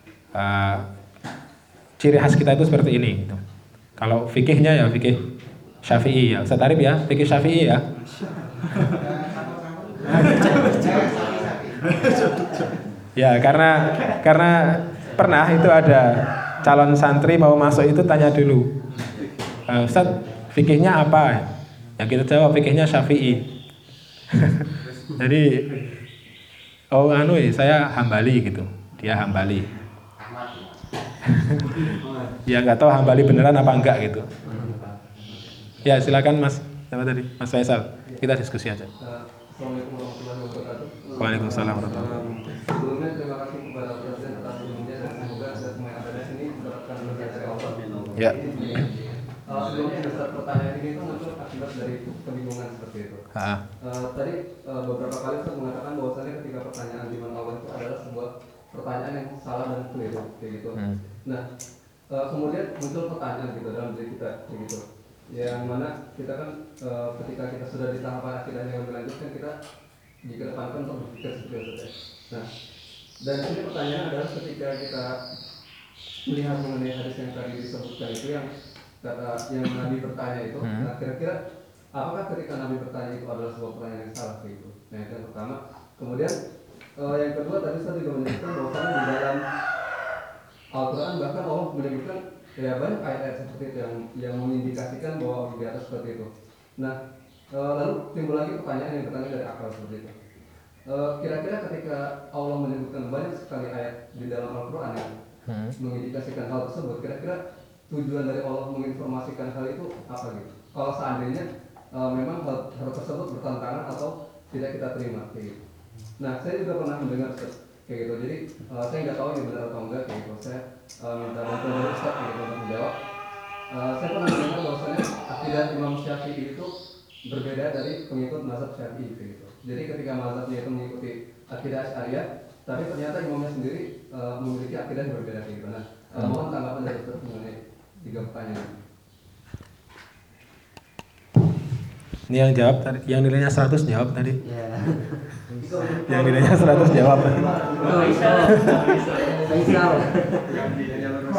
ciri khas kita itu seperti ini. Gitu. Kalau fikihnya ya fikih Syafi'i ya, Ustaz Arif ya fikih Syafi'i ya. Ya karena pernah itu ada calon santri mau masuk itu tanya dulu, Ustaz fikihnya apa? Ya kita jawab fikihnya Syafi'i. Jadi saya Hambali gitu, dia Hambali. Ya nggak tahu Hambali beneran apa enggak gitu. Ya silakan Mas Siapa tadi? Mas Faisal. Kita diskusi aja. Assalamualaikum warahmatullahi wabarakatuh. Waalaikumsalam warahmatullahi wabarakatuh. Sebelumnya terima kasih kepada Presiden atas ilmunya dan semoga semua yang ada di sini mendapatkan berkah dari Allah. Ya. Sebelumnya dasar pertanyaan ini itu muncul akibat dari kebingungan seperti itu. Tadi beberapa kali saya mengatakan bahwasannya ketika pertanyaan di mana Allah itu adalah sebuah pertanyaan yang salah dan keliru kayak gitu. Nah, kemudian muncul pertanyaan gitu dalam diri kita kayak gitu. Yang mana kita kan ketika kita sudah di tahapan akidah yang lebih lanjut kan kita dikedepankan untuk berpikir seperti itu. Nah, dan ini pertanyaan adalah ketika kita melihat mengenai hadis yang tadi disebutkan itu yang kata yang Nabi bertanya itu, nah kira-kira apakah ketika Nabi bertanya itu adalah sebuah pertanyaan yang salah gitu? Nah itu yang pertama. Kemudian yang kedua tadi saya juga menyebutkan bahwa di dalam Al-Quran bahkan Allah menyebutkan ya banyak ayat-ayat seperti itu yang mengindikasikan bahwa di atas seperti itu. Nah lalu timbul lagi pertanyaan yang bertanya dari akal seperti itu. Kira-kira ketika Allah menyebutkan banyak sekali ayat di dalam Al-Quran yang mengindikasikan hal tersebut, kira-kira tujuan dari Allah menginformasikan hal itu apa gitu? Kalau seandainya memang hal tersebut bertentangan atau tidak kita terima kayak gitu. Nah saya juga pernah mendengar kayak gitu. Jadi saya nggak tahu ini benar atau enggak kayak gitu. Saya minta bantuan dari Ustaz kayak gitu untuk menjawab. Saya pernah mendengar bahwasanya akidah Imam Syafi'i itu berbeda dari pengikut mazhab Syafi'i kayak gitu. Jadi ketika mazhabnya itu mengikuti akidah Asy'ariyah, tapi ternyata imamnya sendiri memiliki akidah yang berbeda kayak gitu. Nah, mohon tanggapan dari Ustaz mengenai 3 pertanyaan. Ini yang jawab tadi, yang nilainya 100 jawab tadi. Ya. Yang nilainya 100 jawab. Faisal. Yang nilainya lulus.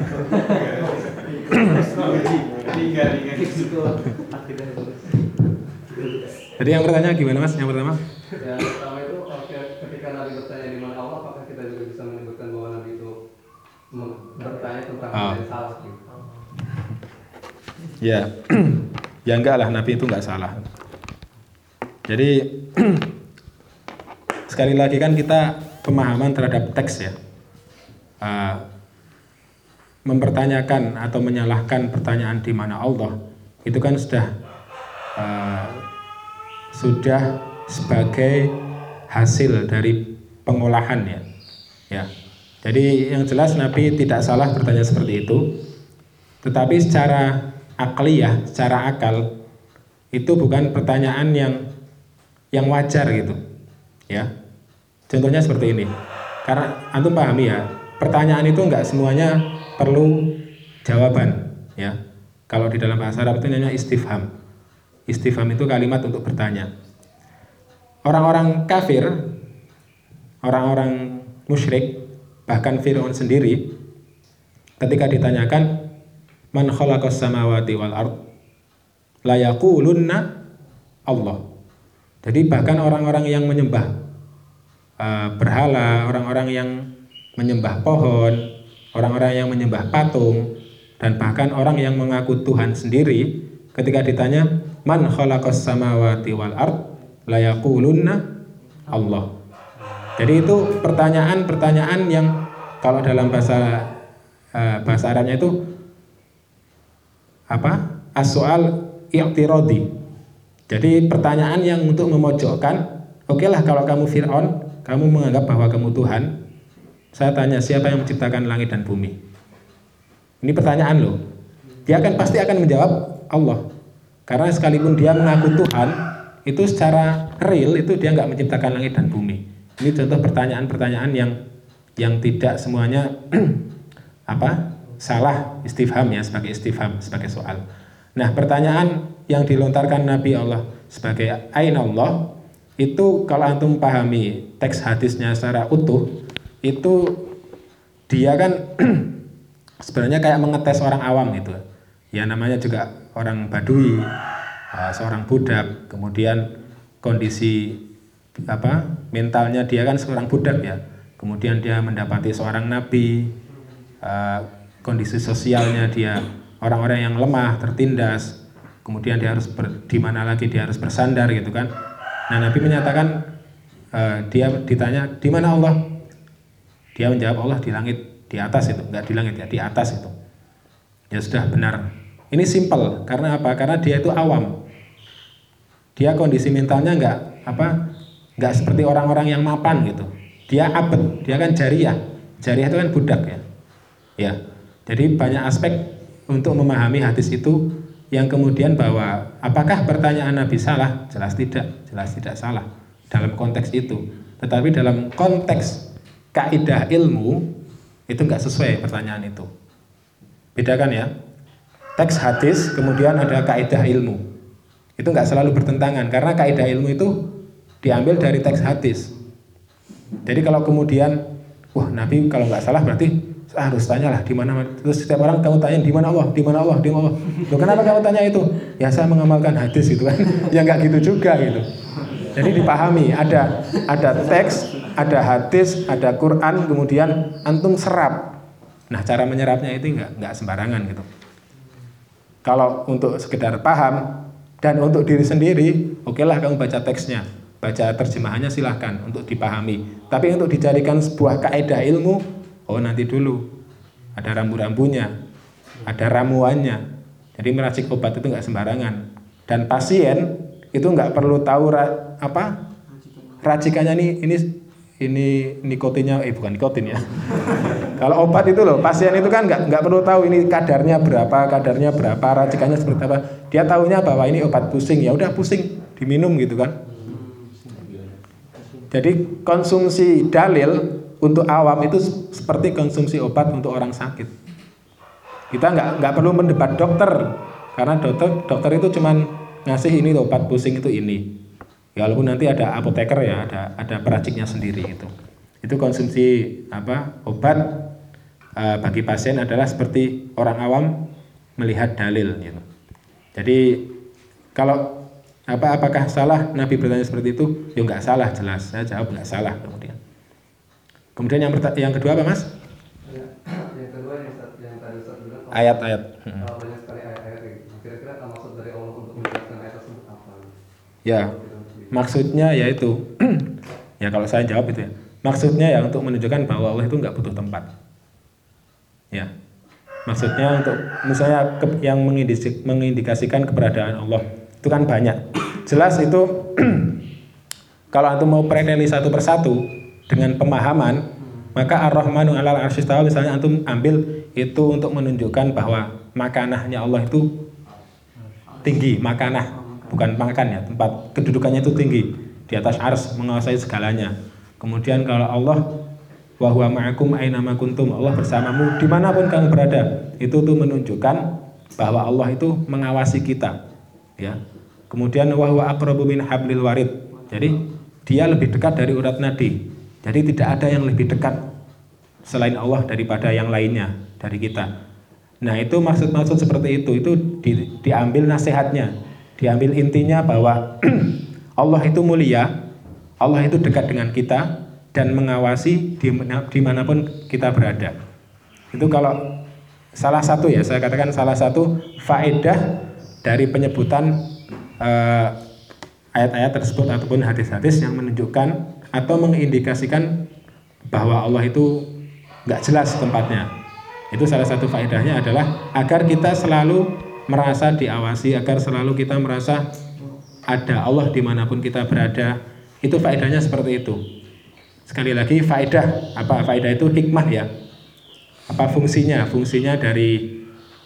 Jadi yang bertanya gimana Mas? Yang pertama? Yang pertama itu ketika Nabi bertanya di mana Allah, apakah kita juga bisa menyebutkan bahwa Nabi itu bertanya tentang hal yang salah gitu? Ya, ya enggak lah, Nabi itu enggak salah. Jadi sekali lagi kan kita pemahaman terhadap teks ya, mempertanyakan atau menyalahkan pertanyaan di mana Allah itu kan sudah sebagai hasil dari pengolahan ya. Jadi yang jelas Nabi tidak salah bertanya seperti itu, tetapi secara akliyah, secara akal itu bukan pertanyaan yang wajar gitu ya. Contohnya seperti ini, karena antum pahami ya, pertanyaan itu enggak semuanya perlu jawaban ya. Kalau di dalam bahasa Arab itu namanya istifham. Istifham itu kalimat untuk bertanya. Orang-orang kafir, orang-orang musyrik, bahkan Fir'aun sendiri ketika ditanyakan man khalaqas samawati wal ard la yaqulunna Allah. Jadi bahkan orang-orang yang menyembah berhala, orang-orang yang menyembah pohon, orang-orang yang menyembah patung, dan bahkan orang yang mengaku Tuhan sendiri ketika ditanya man khalaqas samawati wal ard la yaqulunna Allah. Jadi itu pertanyaan-pertanyaan yang kalau dalam bahasa Arabnya itu apa? As-soal i'tiradi. Jadi pertanyaan yang untuk memojokkan, oke lah kalau kamu Fir'aun, kamu menganggap bahwa kamu Tuhan, saya tanya siapa yang menciptakan langit dan bumi? Ini pertanyaan loh. Dia pasti akan menjawab Allah. Karena sekalipun dia mengaku Tuhan, itu secara real itu dia nggak menciptakan langit dan bumi. Ini contoh pertanyaan-pertanyaan yang tidak semuanya salah istifham ya, sebagai istifham, sebagai soal. Nah, pertanyaan yang dilontarkan Nabi Allah sebagai aina Allah itu kalau antum pahami teks hadisnya secara utuh, itu dia kan sebenarnya kayak mengetes orang awam gitu. Ya namanya juga orang Badui, seorang budak, kemudian kondisi mentalnya dia kan seorang budak ya. Kemudian dia mendapati seorang nabi, kondisi sosialnya dia orang-orang yang lemah, tertindas. Kemudian dia harus di mana lagi dia harus bersandar gitu kan. Nah, Nabi menyatakan dia ditanya di mana Allah? Dia menjawab Allah di langit, di atas itu, enggak di langit ya, di atas itu. Ya sudah benar. Ini simpel, karena apa? Karena dia itu awam. Dia kondisi mentalnya nggak seperti orang-orang yang mapan gitu. Dia abad, dia kan jariah. Jariah itu kan budak ya. Ya. Jadi banyak aspek untuk memahami hadis itu yang kemudian bahwa apakah pertanyaan Nabi salah? Jelas tidak salah dalam konteks itu. Tetapi dalam konteks kaidah ilmu itu nggak sesuai pertanyaan itu. Bedakan ya. Teks hadis kemudian ada kaidah ilmu. Itu nggak selalu bertentangan karena kaidah ilmu itu diambil dari teks hadis. Jadi kalau kemudian, wah Nabi kalau nggak salah berarti harus tanyalah di mana. Terus setiap orang kamu tanya di mana Allah, di mana Allah, di mana Allah. Loh, kenapa kamu tanya itu? Ya saya mengamalkan hadis itu kan. Ya nggak gitu juga gitu. Jadi dipahami ada teks, ada hadis, ada Quran, kemudian antum serap. Nah cara menyerapnya itu nggak sembarangan gitu. Kalau untuk sekedar paham dan untuk diri sendiri, okelah kamu baca teksnya, baca terjemahannya silahkan untuk dipahami. Tapi untuk dijadikan sebuah kaidah ilmu, oh nanti dulu ada rambu-rambunya, ada ramuannya. Jadi meracik obat itu nggak sembarangan. Dan pasien itu nggak perlu tahu racikannya ini nikotinnya, bukan nikotin ya. Kalau obat itu loh, pasien itu kan nggak perlu tahu ini kadarnya berapa, racikannya seperti apa. Dia tahunya bahwa ini obat pusing, ya udah pusing diminum gitu kan. Jadi konsumsi dalil untuk awam itu seperti konsumsi obat untuk orang sakit. Kita nggak perlu mendebat dokter, karena dokter itu cuman ngasih ini obat pusing itu ini. Ya walaupun nanti ada apoteker ya, ada peraciknya sendiri itu. Itu konsumsi obat bagi pasien adalah seperti orang awam melihat dalil gitu. Jadi kalau apakah salah Nabi bertanya seperti itu? Ya nggak salah, jelas. Saya jawab nggak salah kemudian. Kemudian yang kedua apa Mas? Yang kedua yang tadi Ustaz bilang Ayat-ayat. Banyak sekali ayat-ayat gitu. Kira-kira maksud dari Allah untuk menjelaskan ayat tersebut apa? Ya, maksudnya yaitu ya kalau saya jawab itu ya. Maksudnya ya untuk menunjukkan bahwa Allah itu nggak butuh tempat. Ya. Maksudnya untuk misalnya yang mengindikasikan keberadaan Allah itu kan banyak. Jelas itu kalau antum mau preteli satu persatu dengan pemahaman, maka Ar-Rahmanu 'alal 'arsy istawa misalnya antum ambil itu untuk menunjukkan bahwa makanahnya Allah itu tinggi, makanah bukan makan ya, tempat kedudukannya itu tinggi di atas ars, menguasai segalanya. Kemudian kalau Allah wa huwa ma'akum aina ma kuntum, Allah bersamamu dimanapun kamu berada, itu tuh menunjukkan bahwa Allah itu mengawasi kita ya. Kemudian wa huwa aqrabu min hablil warid, jadi dia lebih dekat dari urat nadi. Jadi tidak ada yang lebih dekat selain Allah daripada yang lainnya dari kita. Nah itu maksud seperti itu diambil nasihatnya, diambil intinya bahwa Allah itu mulia, Allah itu dekat dengan kita dan mengawasi dimanapun kita berada. Itu kalau salah satu ya, saya katakan salah satu faedah dari penyebutan ayat-ayat tersebut ataupun hadis-hadis yang menunjukkan atau mengindikasikan bahwa Allah itu nggak jelas tempatnya. Itu salah satu faedahnya adalah agar kita selalu merasa diawasi, agar selalu kita merasa ada Allah dimanapun kita berada. Itu faedahnya seperti itu. Sekali lagi faedah, apa faedah itu hikmah ya. Apa fungsinya? Fungsinya dari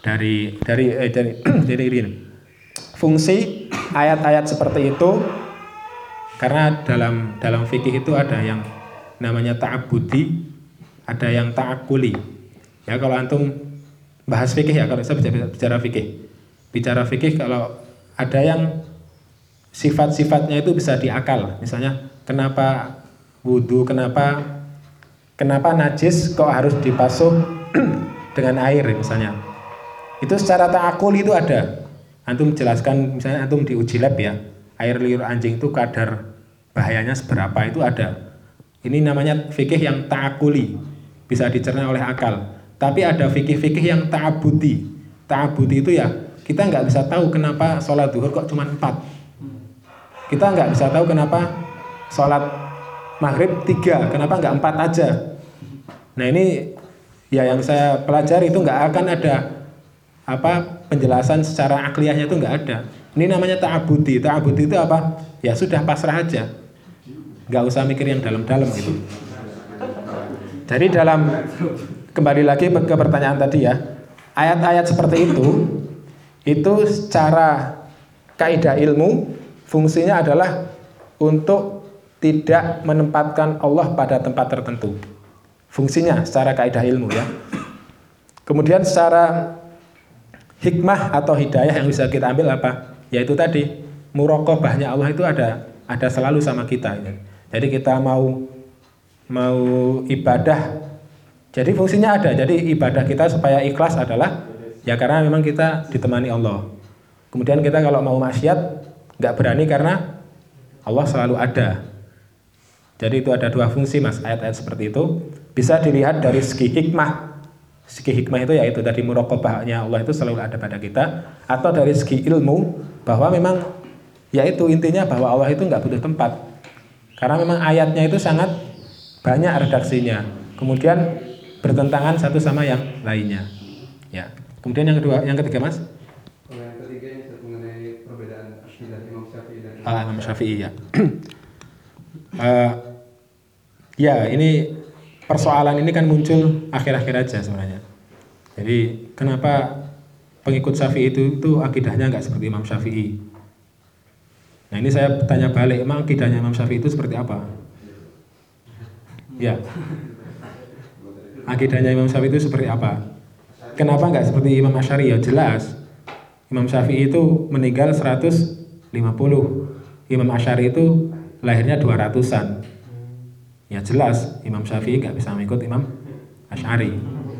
ini. Fungsi ayat-ayat seperti itu karena dalam fikih itu ada yang namanya ta'abbudi, ada yang ta'akuli. Ya kalau antum bahas fikih ya, kalau saya bicara fikih kalau ada yang sifat-sifatnya itu bisa diakal. Misalnya kenapa wudu, kenapa najis kok harus dibasuh dengan air misalnya. Itu secara ta'akul itu ada. Antum jelaskan misalnya antum di uji lab ya, air liur anjing itu kadar bahayanya seberapa itu ada. Ini namanya fikih yang ta'akuli, bisa dicerna oleh akal. Tapi ada fikih-fikih yang ta'abudi. Ta'abudi itu ya kita nggak bisa tahu kenapa sholat duhur kok cuma 4. Kita nggak bisa tahu kenapa sholat maghrib 3, kenapa nggak 4 aja. Nah ini ya yang saya pelajari itu nggak akan ada penjelasan secara akliyahnya itu nggak ada. Ini namanya ta'abudi. Ta'abudi itu apa? Ya sudah pasrah aja. Nggak usah mikir yang dalam-dalam gitu. Jadi kembali lagi ke pertanyaan tadi ya. Ayat-ayat seperti itu secara kaidah ilmu fungsinya adalah untuk tidak menempatkan Allah pada tempat tertentu. Fungsinya secara kaidah ilmu ya. Kemudian secara hikmah atau hidayah yang bisa kita ambil apa? Yaitu tadi muraqabahnya Allah itu ada selalu sama kita. Jadi kita mau ibadah, jadi fungsinya ada. Jadi ibadah kita supaya ikhlas adalah ya karena memang kita ditemani Allah. Kemudian kita kalau mau maksiat nggak berani karena Allah selalu ada. Jadi itu ada dua fungsi mas, ayat-ayat seperti itu bisa dilihat dari segi hikmah. Segi hikmah itu yaitu tadi muraqabahnya Allah itu selalu ada pada kita, atau dari segi ilmu bahwa memang yaitu intinya bahwa Allah itu nggak butuh tempat karena memang ayatnya itu sangat banyak redaksinya, kemudian bertentangan satu sama yang lainnya ya. Kemudian yang ketiga mas, yang ketiga ini mengenai perbedaan akidah Imam Syafi'i dan Imam Syafi'i ya. Ya ini persoalan ini kan muncul akhir-akhir aja sebenarnya. Jadi kenapa pengikut Syafi'i itu akidahnya nggak seperti Imam Syafi'i? Nah ini saya tanya balik, emang akidahnya Imam Syafi'i itu seperti apa? Ya, akidahnya Imam Syafi'i itu seperti apa? Kenapa nggak seperti Imam Asy'ari? Ya jelas, Imam Syafi'i itu meninggal 150, Imam Asy'ari itu lahirnya 200-an. Ya jelas Imam Syafi'i nggak bisa mengikut Imam Asy'ari.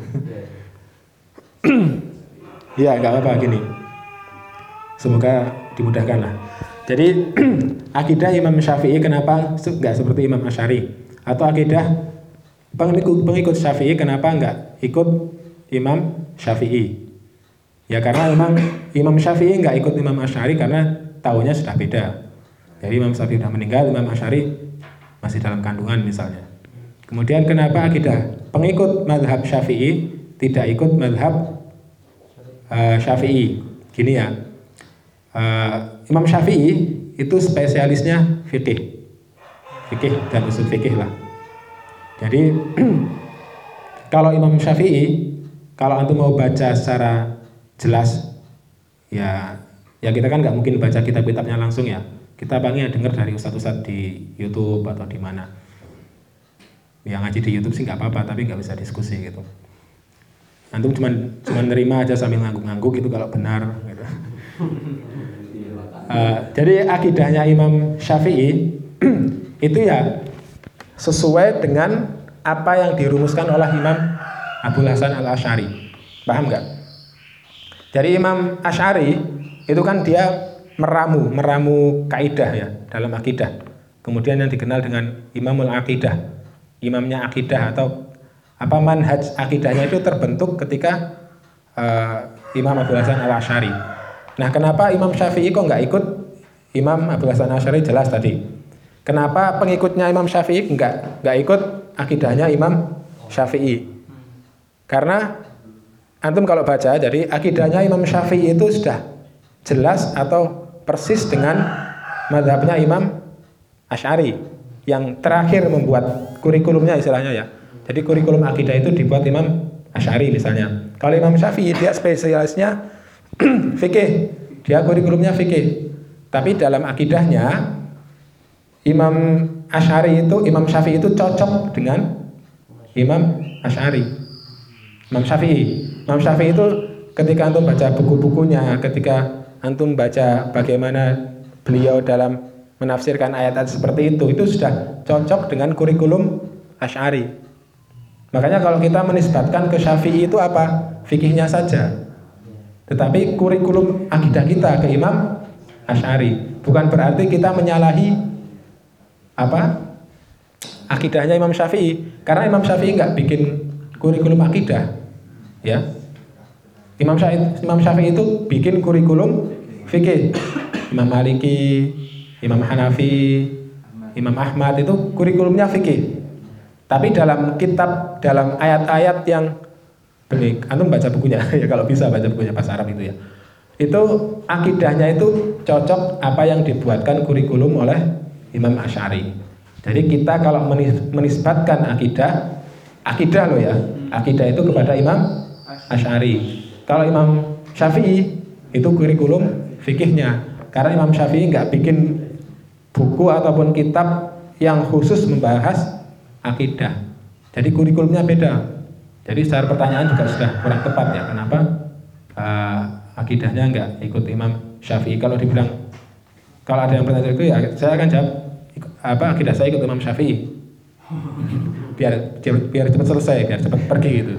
Ya nggak apa-apa gini. Semoga dimudahkan lah. Jadi akidah Imam Syafi'i kenapa nggak seperti Imam Asy'ari? Atau akidah pengikut Syafi'i kenapa nggak ikut Imam Syafi'i? Ya karena memang Imam Syafi'i nggak ikut Imam Asy'ari karena tahunnya sudah beda. Jadi Imam Syafi'i sudah meninggal, Imam Asy'ari masih dalam kandungan misalnya. Kemudian kenapa akidah pengikut mazhab Syafi'i tidak ikut mazhab Syafi'i? Gini ya, Imam Syafi'i itu spesialisnya fikih dan usul fikih lah. Jadi kalau Imam Syafi'i, kalau antum mau baca secara jelas, ya kita kan nggak mungkin baca kitab-kitabnya langsung ya. Kita paling dengar dari ustadz-ustadz di YouTube atau di mana. Yang ngaji di YouTube sih nggak apa-apa, tapi nggak bisa diskusi gitu. Antum cuma nerima aja sambil ngangguk-ngangguk gitu kalau benar. Gitu. Jadi akidahnya Imam Syafi'i itu ya sesuai dengan apa yang dirumuskan oleh Imam Abul Hasan Al-Asy'ari. Paham nggak? Jadi Imam Asy'ari itu kan dia meramu kaidah ya dalam akidah. Kemudian yang dikenal dengan Imamul Aqidah, imamnya akidah atau apa manhaj akidahnya itu terbentuk ketika Imam Abul Hasan Al-Asy'ari. Nah, kenapa Imam Syafi'i kok nggak ikut Imam Abul Hasan Al-Asy'ari? Jelas tadi. Kenapa pengikutnya Imam Syafi'i nggak ikut akidahnya Imam Syafi'i? Karena antum kalau baca, jadi akidahnya Imam Syafi'i itu sudah jelas atau persis dengan mazhabnya Imam Asy'ari yang terakhir membuat kurikulumnya istilahnya ya. Jadi kurikulum akidah itu dibuat Imam Asy'ari misalnya. Kalau Imam Syafi'i dia spesialisnya fikih, dia kurikulumnya fikih. Tapi dalam akidahnya Imam Syafi'i itu cocok dengan Imam Asy'ari. Imam Syafi'i itu ketika antum baca buku-bukunya, ketika antum baca bagaimana beliau dalam menafsirkan ayat-ayat seperti itu sudah cocok dengan kurikulum Asy'ari. Makanya kalau kita menisbatkan ke Syafi'i itu apa? Fikihnya saja. Tetapi kurikulum akidah kita ke Imam Asy'ari. Bukan berarti kita menyalahi apa? Akidahnya Imam Syafi'i. Karena Imam Syafi'i nggak bikin kurikulum akidah. Ya. Imam Syafi'i itu bikin kurikulum fikih. Imam Maliki, Imam Hanafi, Imam Ahmad itu kurikulumnya fikih. Tapi dalam kitab, dalam ayat-ayat yang antum baca bukunya ya kalau bisa baca bukunya bahasa Arab itu ya. itu akidahnya itu cocok apa yang dibuatkan kurikulum oleh Imam Asy'ari. Jadi kita kalau menisbatkan akidah loh ya, akidah itu kepada Imam Asy'ari. Kalau Imam Syafi'i itu kurikulum fikihnya, karena Imam Syafi'i nggak bikin buku ataupun kitab yang khusus membahas akidah. Jadi kurikulumnya beda. Jadi secara pertanyaan juga sudah kurang tepat ya. Kenapa akidahnya nggak ikut Imam Syafi'i? Kalau dibilang, kalau ada yang bertanya itu ya saya akan jawab akidah saya ikut Imam Syafi'i. biar cepat selesai, biar cepat pergi gitu.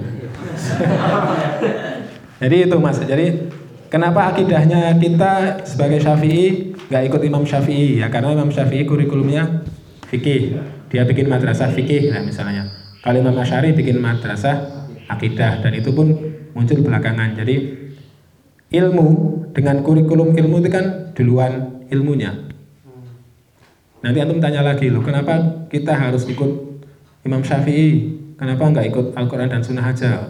Jadi itu Mas. Jadi kenapa akidahnya kita sebagai Syafi'i nggak ikut Imam Syafi'i? Ya karena Imam Syafi'i kurikulumnya fikih. Dia bikin madrasah fikih nah misalnya. Kalau Imam Asy'ari bikin madrasah akidah, dan itu pun muncul belakangan. Jadi ilmu dengan kurikulum ilmu itu kan duluan ilmunya. Nanti antum tanya lagi loh, kenapa kita harus ikut Imam Syafi'i? Kenapa nggak ikut Al-Quran dan Sunnah aja?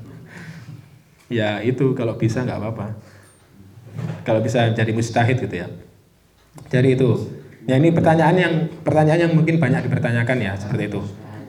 Ya itu kalau bisa nggak apa-apa. Kalau bisa jadi mujtahid gitu ya. Jadi itu. Ya ini pertanyaan yang mungkin banyak dipertanyakan ya seperti itu.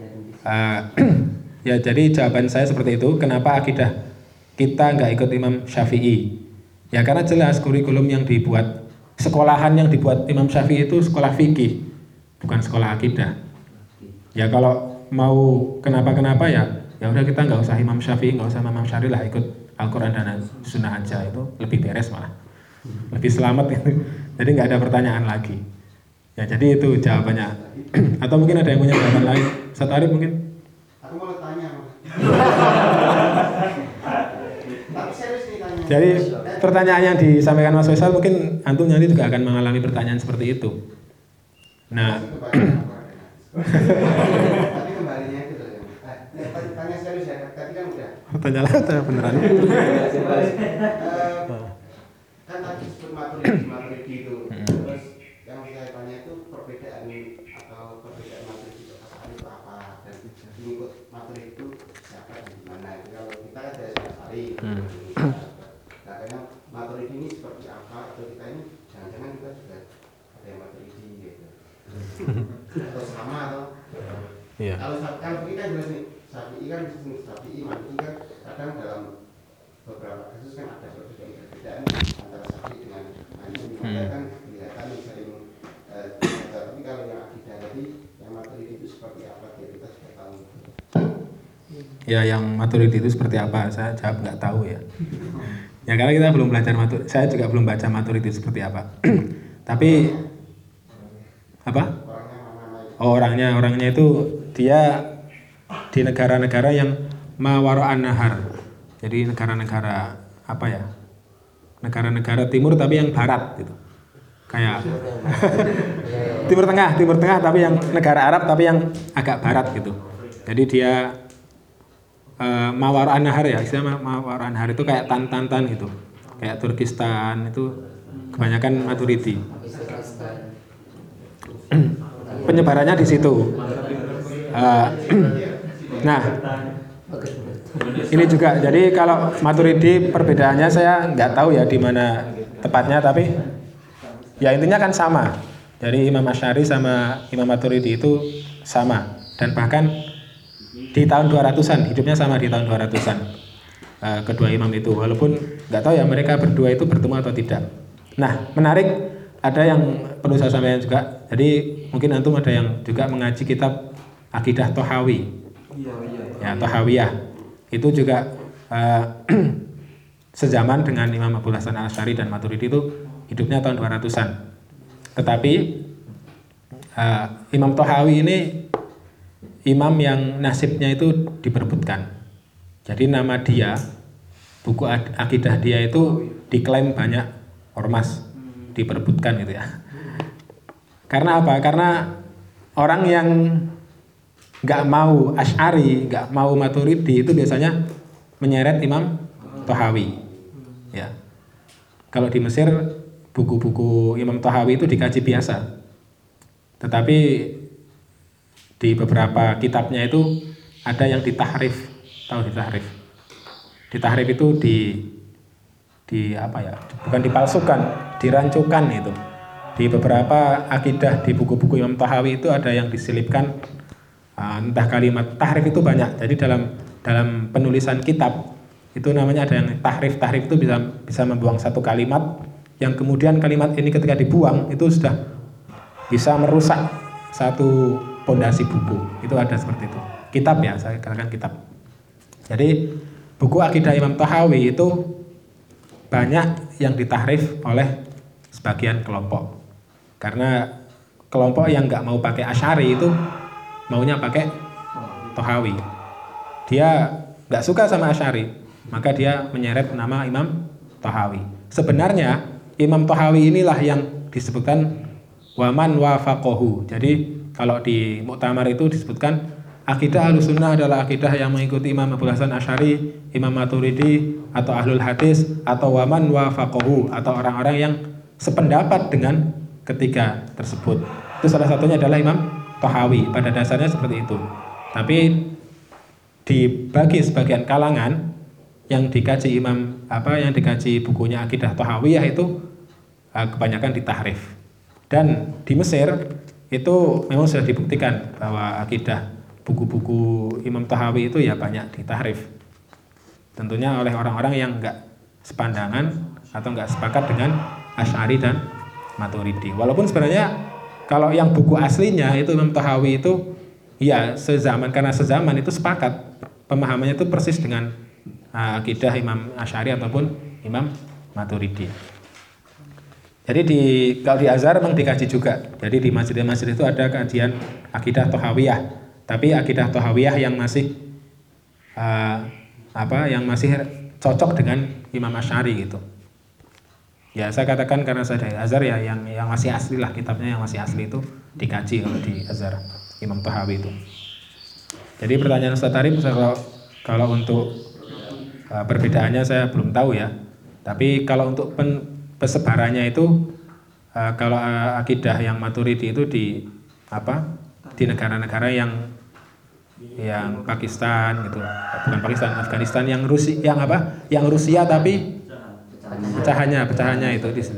Ya jadi jawaban saya seperti itu. Kenapa akidah kita nggak ikut Imam Syafi'i? Ya karena jelas kurikulum yang dibuat, sekolahan yang dibuat Imam Syafi'i itu sekolah fikih, bukan sekolah akidah. Ya kalau mau kenapa-kenapa ya udah kita nggak usah Imam Syafi'i, nggak usah Imam Asy'ari lah, ikut Al-Quran dan Sunnah aja, itu lebih beres malah, lebih selamat itu. Jadi nggak ada pertanyaan lagi. Ya jadi itu jawabannya. Atau mungkin ada yang punya jawaban lain? Ustaz Arif mungkin? Aku mau tanya. Tapi serius nih tanya. Jadi pertanyaan yang disampaikan Mas Faisal mungkin antum nanti juga akan mengalami pertanyaan seperti itu. Nah, tapi kembalinya itu loh ya. Tanya serius ya. Tadi kan udah. tanya beneran. Kan tadi sebut maturidi itu. Terus yang saya tanya itu perbedaan maturidi itu apa, dan mengikut maturidi itu siapa dan gimana. Kalau kita kan dari Asari. Nah, karena maturidi ini seperti apa, atau kita ini jangan-jangan kita juga ada yang maturidi gitu. Atau sama atau Iya. Kalau kita jelas nih, Syafi'i kan Maliki kan kadang dalam beberapa kasus kan ada perbedaan antara Syafi'i dengan Maliki. Kan kelihatan sering tapi kalau yang akidah tadi yang maturidi itu seperti apa, kita sudah tahu. Ya yang maturidi itu seperti apa? Saya jawab nggak tahu ya. Ya karena kita belum belajar maturidi, saya juga belum baca maturidi seperti apa. Tapi apa? Orangnya itu dia di negara-negara yang mawara'an nahar. Jadi negara-negara apa ya? Negara-negara timur tapi yang barat gitu. Kayak Timur Tengah tapi yang negara Arab tapi yang agak barat gitu. Jadi dia mawara'an nahar ya, istilah mawara'an nahar itu kayak Tantan gitu. Kayak Turkistan itu kebanyakan maturidi. Penyebarannya di situ. Nah, ini juga. Jadi kalau maturidi perbedaannya saya nggak tahu ya di mana tepatnya, tapi ya intinya kan sama. Jadi Imam Asy'ari sama Imam Maturidi itu sama, dan bahkan di tahun 200-an, hidupnya sama di tahun 200-an. Kedua imam itu, walaupun nggak tahu ya mereka berdua itu bertemu atau tidak. Nah, menarik, ada yang perlu saya sampaikan juga. Jadi mungkin antum ada yang juga mengaji kitab Aqidah Thahawi. Ya, Thahawiyah. Itu juga sezaman dengan Imam Abul Hasan Al-Asy'ari dan Maturidi, itu hidupnya tahun 200-an. Tetapi Imam Thahawi ini imam yang nasibnya itu diperebutkan. Jadi nama dia, buku akidah dia itu diklaim banyak ormas, diperebutkan gitu ya. Karena apa? Karena orang yang nggak mau Asy'ari, nggak mau Maturidi itu biasanya menyeret Imam Thahawi. Ya. Kalau di Mesir buku-buku Imam Thahawi itu dikaji biasa. Tetapi di beberapa kitabnya itu ada yang ditahrif. Tahu ditahrif? Ditahrif itu bukan dipalsukan, dirancukan itu. Di beberapa akidah di buku-buku Imam Tahawi itu ada yang diselipkan entah kalimat tahrif itu banyak. Jadi dalam penulisan kitab itu namanya ada yang tahrif itu bisa membuang satu kalimat yang kemudian kalimat ini ketika dibuang itu sudah bisa merusak satu pondasi buku. Itu ada seperti itu. Kitab ya, saya katakan kitab. Jadi buku akidah Imam Tahawi itu banyak yang ditahrif oleh sebagian kelompok. Karena kelompok yang nggak mau pakai Asy'ari itu maunya pakai Tahawi. Dia nggak suka sama Asy'ari, maka dia menyeret nama Imam Tahawi. Sebenarnya Imam Tahawi inilah yang disebutkan waman wafaqahu. Jadi kalau di Muktamar itu disebutkan akidah Ahlussunnah adalah akidah yang mengikuti Imam Abu Hasan Asy'ari, Imam Maturidi, atau Ahlul Hadis, atau waman wafaqahu, atau orang-orang yang sependapat dengan ketiga tersebut. Itu salah satunya adalah Imam Tahawi. Pada dasarnya seperti itu. Tapi dibagi sebagian kalangan yang dikaji yang dikaji bukunya akidah Tahawiyah itu kebanyakan ditahrif. Dan di Mesir itu memang sudah dibuktikan bahwa akidah buku-buku Imam Tahawi itu ya banyak ditahrif. Tentunya oleh orang-orang yang enggak sepandangan atau enggak sepakat dengan Asy'ari dan Maturidi. Walaupun sebenarnya kalau yang buku aslinya itu Imam Tahawi itu ya karena sezaman itu sepakat pemahamannya itu persis dengan akidah Imam Asy'ari ataupun Imam Maturidi. Jadi kalau di Azhar memang dikaji juga. Jadi di masjid-masjid itu ada kajian akidah Tahawiyah. Tapi akidah Tahawiyah yang masih yang masih cocok dengan Imam Asy'ari gitu. Ya saya katakan karena saya dari Azhar ya yang masih asli lah, kitabnya yang masih asli itu dikaji kalau di Azhar Imam Tahawi itu. Jadi pertanyaan Ustaz Arif, kalau untuk perbedaannya saya belum tahu ya. Tapi kalau untuk persebarannya itu kalau akidah yang Maturidi itu di negara-negara yang Pakistan gitu, bukan Pakistan, Afghanistan, yang Rusia tapi pecahannya itu di sini.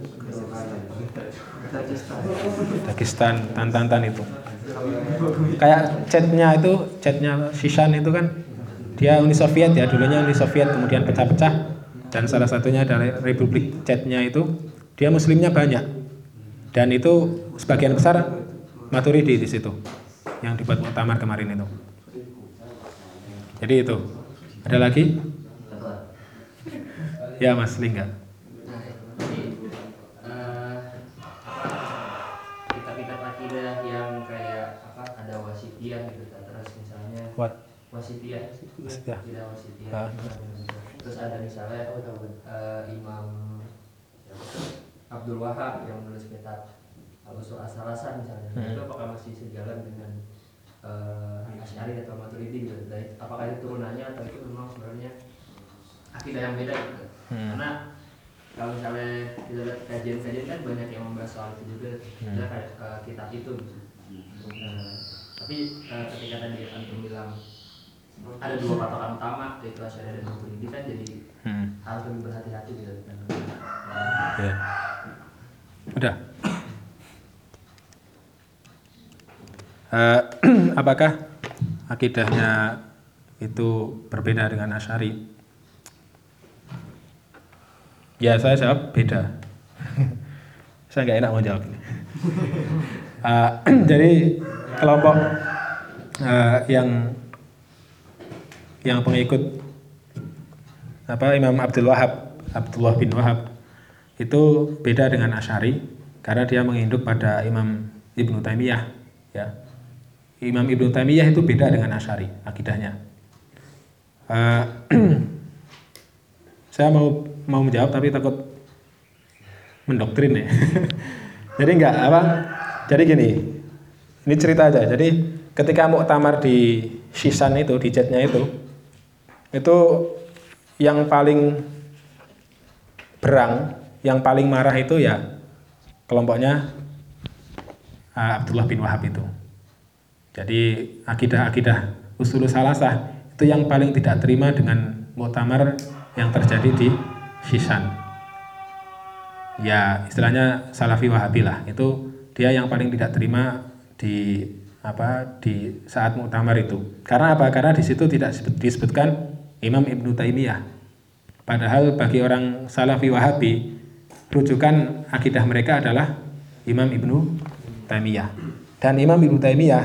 Dagestan, Tantan itu. Kayak chatnya Shishan itu kan dia Uni Soviet ya, dulunya Uni Soviet kemudian pecah-pecah dan salah satunya adalah Republik Chetnya itu dia muslimnya banyak. Dan itu sebagian besar Maturidi di situ yang dibuat muktamar kemarin itu. Jadi itu. Ada lagi? Ya Mas Lingga. Kitab-kitab akidah yang kayak ada wasitiyah gitu, terus misalnya wasitiyah. Terus ada misalnya Imam Abdul Wahab yang menulis kitab Al-Usul As-Salasah misalnya. Itu apakah masih sejalan dengan Asy'ari atau Maturidi gitu? Apakah itu turunannya atau itu memang sebenarnya akidah yang beda gitu? Karena kalau misalnya kita lihat kajian-kajian kan banyak yang membahas soal itu juga, kayak kitab itu gitu. Tapi ketika tadi antum bilang ada dua patokan utama yaitu Asy'ari dan Maturidi kan jadi harus lebih berhati-hati gitu. Ya. Udah. Apakah akidahnya itu berbeda dengan Asy'ari? Ya saya jawab beda. Saya nggak enak mau jawab ini. Jadi kelompok yang pengikut Imam Abdullah bin Wahab itu beda dengan Asy'ari karena dia menginduk pada Imam Ibnu Taimiyah ya. Imam Ibnu Taimiyah itu beda dengan Asy'ari akidahnya. Saya mau menjawab tapi takut mendoktrin ya. Jadi jadi gini, ini cerita aja. Jadi ketika muktamar di Shishan itu, di jetnya itu yang paling berang, yang paling marah itu ya kelompoknya Abdullah bin Wahab itu. Jadi akidah Usulus Salasah itu yang paling tidak terima dengan muktamar yang terjadi di Shishan. Ya istilahnya Salafi Wahabi lah. Itu dia yang paling tidak terima di saat muktamar itu. Karena apa? Karena di situ tidak disebutkan Imam Ibnu Taimiyah. Padahal bagi orang Salafi Wahabi, rujukan akidah mereka adalah Imam Ibnu Taimiyah. Dan Imam Ibnu Taimiyah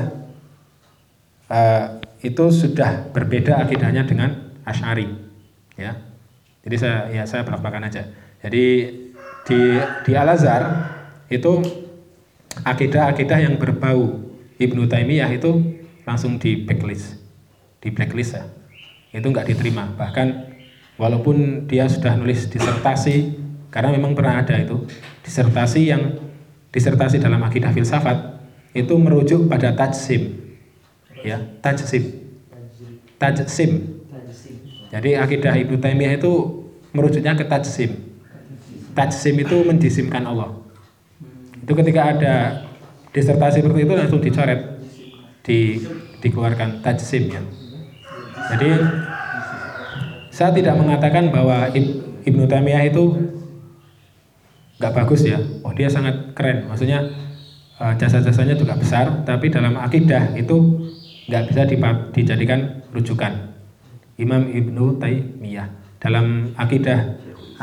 itu sudah berbeda akidahnya dengan Asy'ari, ya. Jadi saya belak-belakan aja. Jadi di Al-Azhar itu akidah-akidah yang berbau Ibnu Taimiyah itu langsung di blacklist ya. Itu nggak diterima. Bahkan walaupun dia sudah nulis disertasi, karena memang pernah ada itu disertasi dalam akidah filsafat itu merujuk pada tajsim, ya, tajsim. Jadi akidah Ibnu Taimiyah itu merujuknya ke tajsim. Tajsim itu menjisimkan Allah. Itu ketika ada disertasi seperti itu langsung dicoret, dikeluarkan tajsim, ya. Jadi saya tidak mengatakan bahwa Ibnu Taimiyah itu nggak bagus ya. Oh dia sangat keren, maksudnya jasa-jasanya juga besar, tapi dalam akidah itu nggak bisa dijadikan rujukan. Imam Ibnu Taimiyah dalam akidah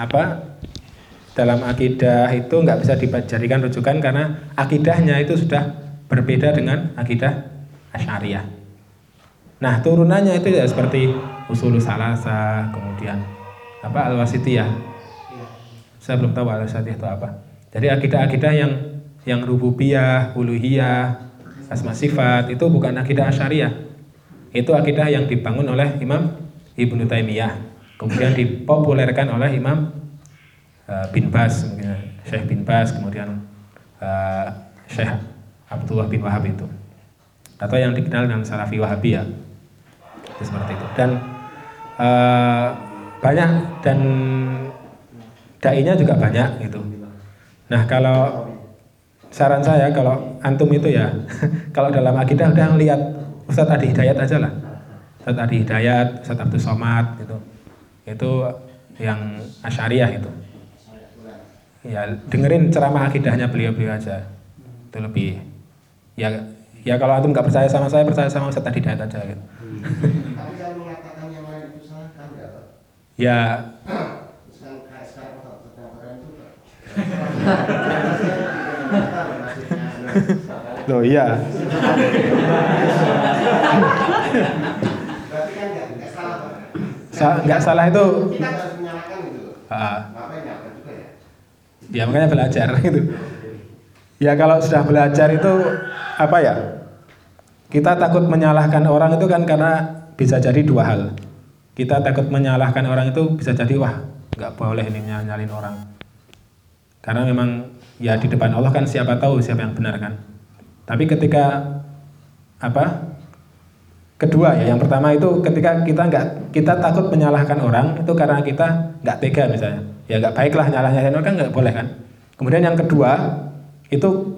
dalam akidah itu nggak bisa dijadikan rujukan karena akidahnya itu sudah berbeda dengan akidah Asy'ariyah. Nah turunannya itu ya seperti Ushulus Salasa, kemudian Al-Wasithiyah. Saya belum tahu Al-Wasithiyah itu apa. Jadi akidah-akidah yang rububiyah, uluhiyah, asma sifat itu bukan akidah Asy'ariyah. Itu akidah yang dibangun oleh Imam Ibnu Taimiyah, kemudian dipopulerkan oleh Imam bin Baz, Syekh bin Baz, kemudian Syekh Abdullah bin Wahab itu, atau yang dikenal dengan Salafi Wahabi ya, seperti itu. Dan banyak, dan dai-nya juga banyak gitu. Nah kalau saran saya, kalau antum itu ya kalau dalam akidah udah ngelihat Ustadz Adi Hidayat aja lah, Ustadz Adi Hidayat, Ustadz Abdul Somad gitu, itu yang Asy'ariyah itu. Ya dengerin ceramah akidahnya beliau-beliau aja, itu lebih ya kalau antum nggak percaya sama saya, percaya sama Ustadz Adi Hidayat aja gitu. Tapi kalau mengatakan yang lain itu salah kan nggak, Pak? Ya Sekarang loh iya. berarti kan nggak salah, Pak? Nggak salah itu. Kita harus menyalahkan itu. Ngapain nyalakan juga ya? Ya makanya belajar gitu. Ya kalau sudah belajar itu apa ya? Kita takut menyalahkan orang itu kan karena bisa jadi dua hal. Kita takut menyalahkan orang itu bisa jadi wah nggak boleh ini nyalin orang. Karena memang ya di depan Allah kan siapa tahu siapa yang benar kan. Tapi ketika kedua ya, yang pertama itu ketika kita takut menyalahkan orang itu karena kita nggak tega misalnya. Ya nggak baiklah nyalahin orang kan nggak boleh kan. Kemudian yang kedua itu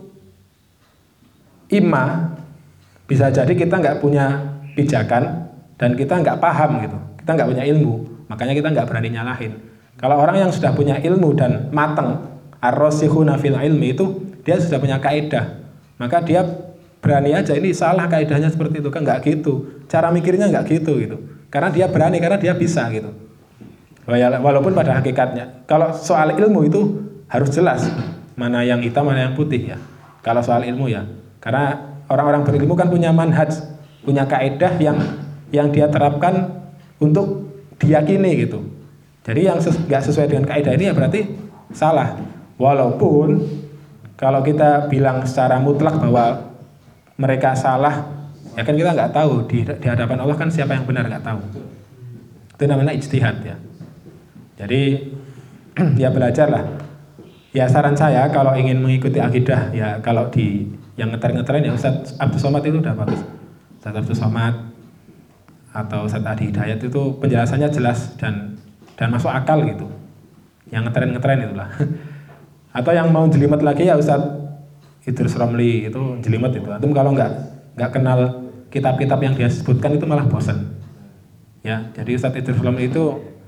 bisa jadi kita nggak punya pijakan dan kita nggak paham gitu, kita nggak punya ilmu, makanya kita nggak berani nyalahin. Kalau orang yang sudah punya ilmu dan mateng, ar-rasikhuna fil ilmi, itu dia sudah punya kaidah, maka dia berani aja ini salah kaidahnya seperti itu kan, nggak gitu, cara mikirnya nggak gitu, karena dia berani, karena dia bisa gitu. Walaupun pada hakikatnya kalau soal ilmu itu harus jelas mana yang hitam mana yang putih ya. Kalau soal ilmu ya, karena orang-orang berilmu kan punya manhaj, punya kaidah yang dia terapkan untuk diyakini gitu. Jadi yang nggak sesuai dengan kaidah ini ya berarti salah. Walaupun kalau kita bilang secara mutlak bahwa mereka salah, ya kan kita nggak tahu di hadapan Allah kan siapa yang benar, nggak tahu. Itu namanya ijtihad ya. Jadi ya belajarlah. Ya saran saya kalau ingin mengikuti akidah ya kalau di yang ngetren ya Ustadz Abdul Somad itu udah bagus. Ustadz Abdul Somad atau Ustadz Adi Hidayat itu penjelasannya jelas dan masuk akal gitu. Yang ngetren itulah. Atau yang mau jelimet lagi ya Ustadz Idrus Romli itu jelimet itu. Antum kalau nggak kenal kitab-kitab yang dia sebutkan itu malah bosan. Ya, jadi Ustadz Idrus Romli itu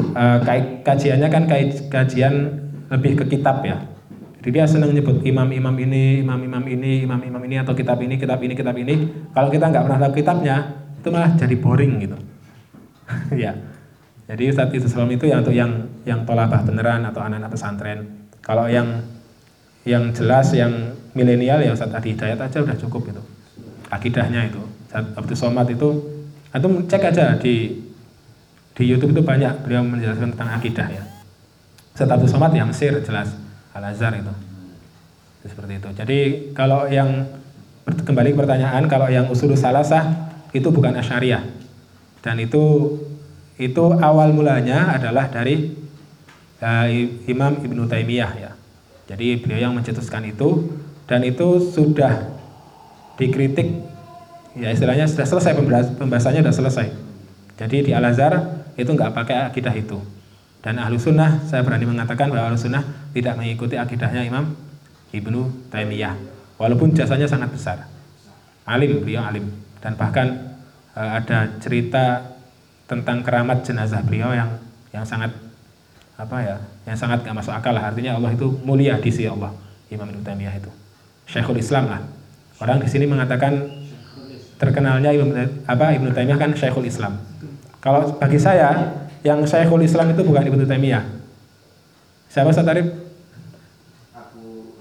kajiannya kan kajian lebih ke kitab ya. Jadi dia senang nyebut imam-imam ini, imam-imam ini, imam-imam ini atau kitab ini, kitab ini, kitab ini. Kalau kita nggak pernah tahu kitabnya, itu malah jadi boring gitu. Ya. Jadi Ustadz Idrus Salam itu ya untuk yang tolabah beneran atau anak-anak pesantren. Kalau yang jelas, yang milenial ya Ustadz Adi Hidayat aja udah cukup gitu. Akidahnya itu. Abdus Somad itu, antum cek aja di YouTube itu banyak beliau menjelaskan tentang akidah ya. Ustadz Abdus Somad yang Mesir jelas, Al-Azhar itu. Seperti itu. Jadi kalau yang kembali ke pertanyaan, kalau yang usul salasah itu bukan Asy'ariyah. Dan itu awal mulanya adalah dari Imam Ibnu Taimiyah ya. Jadi beliau yang mencetuskan itu, dan itu sudah dikritik ya, istilahnya sudah selesai, pembahasannya sudah selesai. Jadi di Al-Azhar itu nggak pakai akidah itu. Dan Ahlus Sunnah, saya berani mengatakan bahwa Ahlus Sunnah tidak mengikuti akidahnya Imam Ibnu Taimiyah. Walaupun jasanya sangat besar. Alim, beliau alim. Dan bahkan ada cerita tentang keramat jenazah beliau yang sangat yang sangat gak masuk akal lah. Artinya Allah itu mulia di sisi Allah, Imam Ibnu Taimiyah itu Syekhul Islam lah. Orang di sini mengatakan terkenalnya Ibnu Taimiyah kan Syekhul Islam. Kalau bagi saya yang Syekhul Islam itu bukan Ibnu Taimiyah. Siapa Ustaz Arif? Aku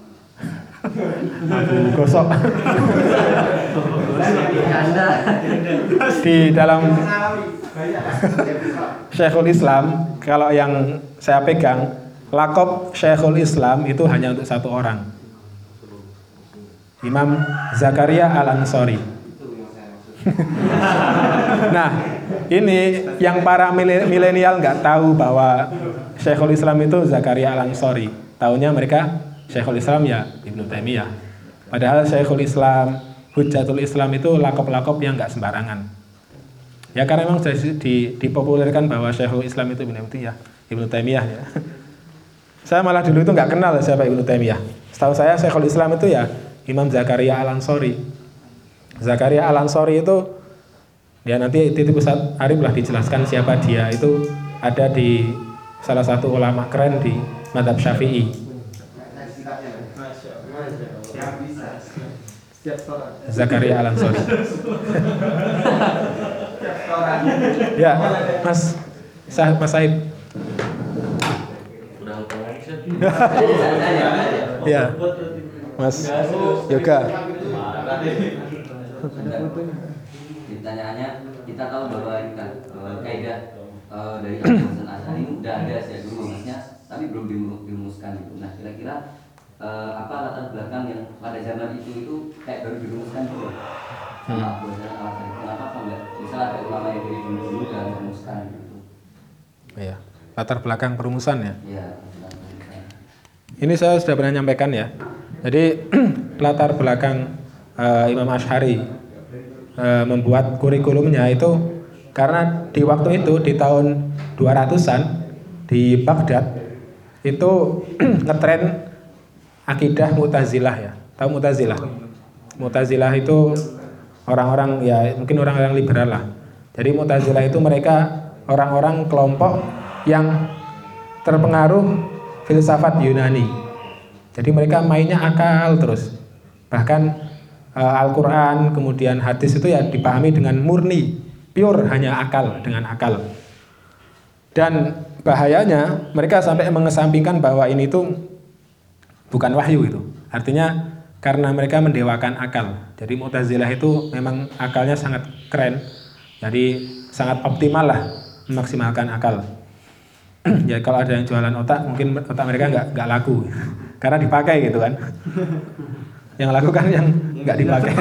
gosok. Di dalam Syekhul Islam, kalau yang saya pegang, lakop Syekhul Islam itu hanya untuk satu orang, Imam Zakaria Al-Ansori. Nah, ini yang para milenial nggak tahu bahwa Syekhul Islam itu Zakaria Al-Ansori. Taunya mereka Syekhul Islam ya Ibnu Taimiyah. Padahal Syekhul Islam, Hujjatul Islam itu lakop-lakop yang nggak sembarangan. Ya karena memang dipopulerkan bahwa Syekhul Islam itu Ibnu Taimiyah ya. Saya malah dulu itu nggak kenal siapa Ibnu Taimiyah. Setahu saya Syekhul Islam itu ya Imam Zakaria Al-Ansori. Zakaria Al-Ansori itu ya nanti titip Ustaz Arif lah dijelaskan siapa dia. Itu ada di salah satu ulama keren di Madzhab Syafi'i. Zakaria Al-Ansori. Ya, Mas Said. Ya, Mas Yoga. Pertanyaannya, kita tahu bahwa kaidah dari Hasan Asy'ari udah ada sejak dulu maksudnya, tapi belum dirumuskan gitu. Nah, kira-kira apa latar belakang yang pada zaman itu kayak baru dirumuskan gitu? Kenapa enggak? Misalnya ada ulama yang dari dulu dan merumuskan gitu. Iya, latar belakang perumusan ya. Iya. Ini saya sudah pernah nyampaikan ya. Jadi latar belakang Imam Asy'ari membuat kurikulumnya itu karena di waktu itu di tahun 200-an di Baghdad itu ngetren akidah Mu'tazilah ya. Tahu Mu'tazilah? Mu'tazilah itu orang-orang ya mungkin orang-orang liberal lah. Jadi Mu'tazilah itu mereka orang-orang kelompok yang terpengaruh filsafat Yunani. Jadi mereka mainnya akal terus. Bahkan Al-Quran kemudian hadis itu ya dipahami dengan murni, pure hanya akal, dengan akal. Dan bahayanya mereka sampai mengesampingkan bahwa ini tuh bukan wahyu itu. Artinya karena mereka mendewakan akal. Jadi Mu'tazilah itu memang akalnya sangat keren. Jadi sangat optimal lah memaksimalkan akal. Ya kalau ada yang jualan otak, mungkin otak mereka nggak laku. Karena dipakai gitu kan. Yang laku kan yang nggak dipakai.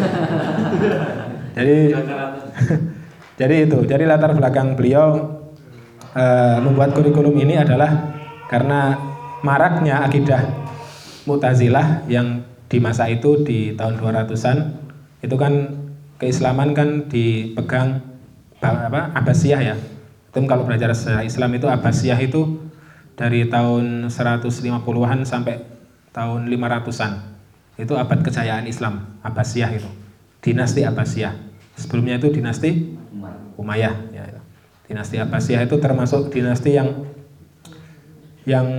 Jadi latar belakang beliau membuat kurikulum ini adalah karena maraknya akidah Mu'tazilah yang di masa itu di tahun 200-an itu kan keislaman kan dipegang Abbasiyah ya. Itu kalau belajar sejarah Islam itu Abbasiyah itu dari tahun 150-an sampai tahun 500-an. Itu abad kejayaan Islam, Abbasiyah itu. Dinasti Abbasiyah. Sebelumnya itu dinasti Umayyah ya. Dinasti Abbasiyah itu termasuk dinasti yang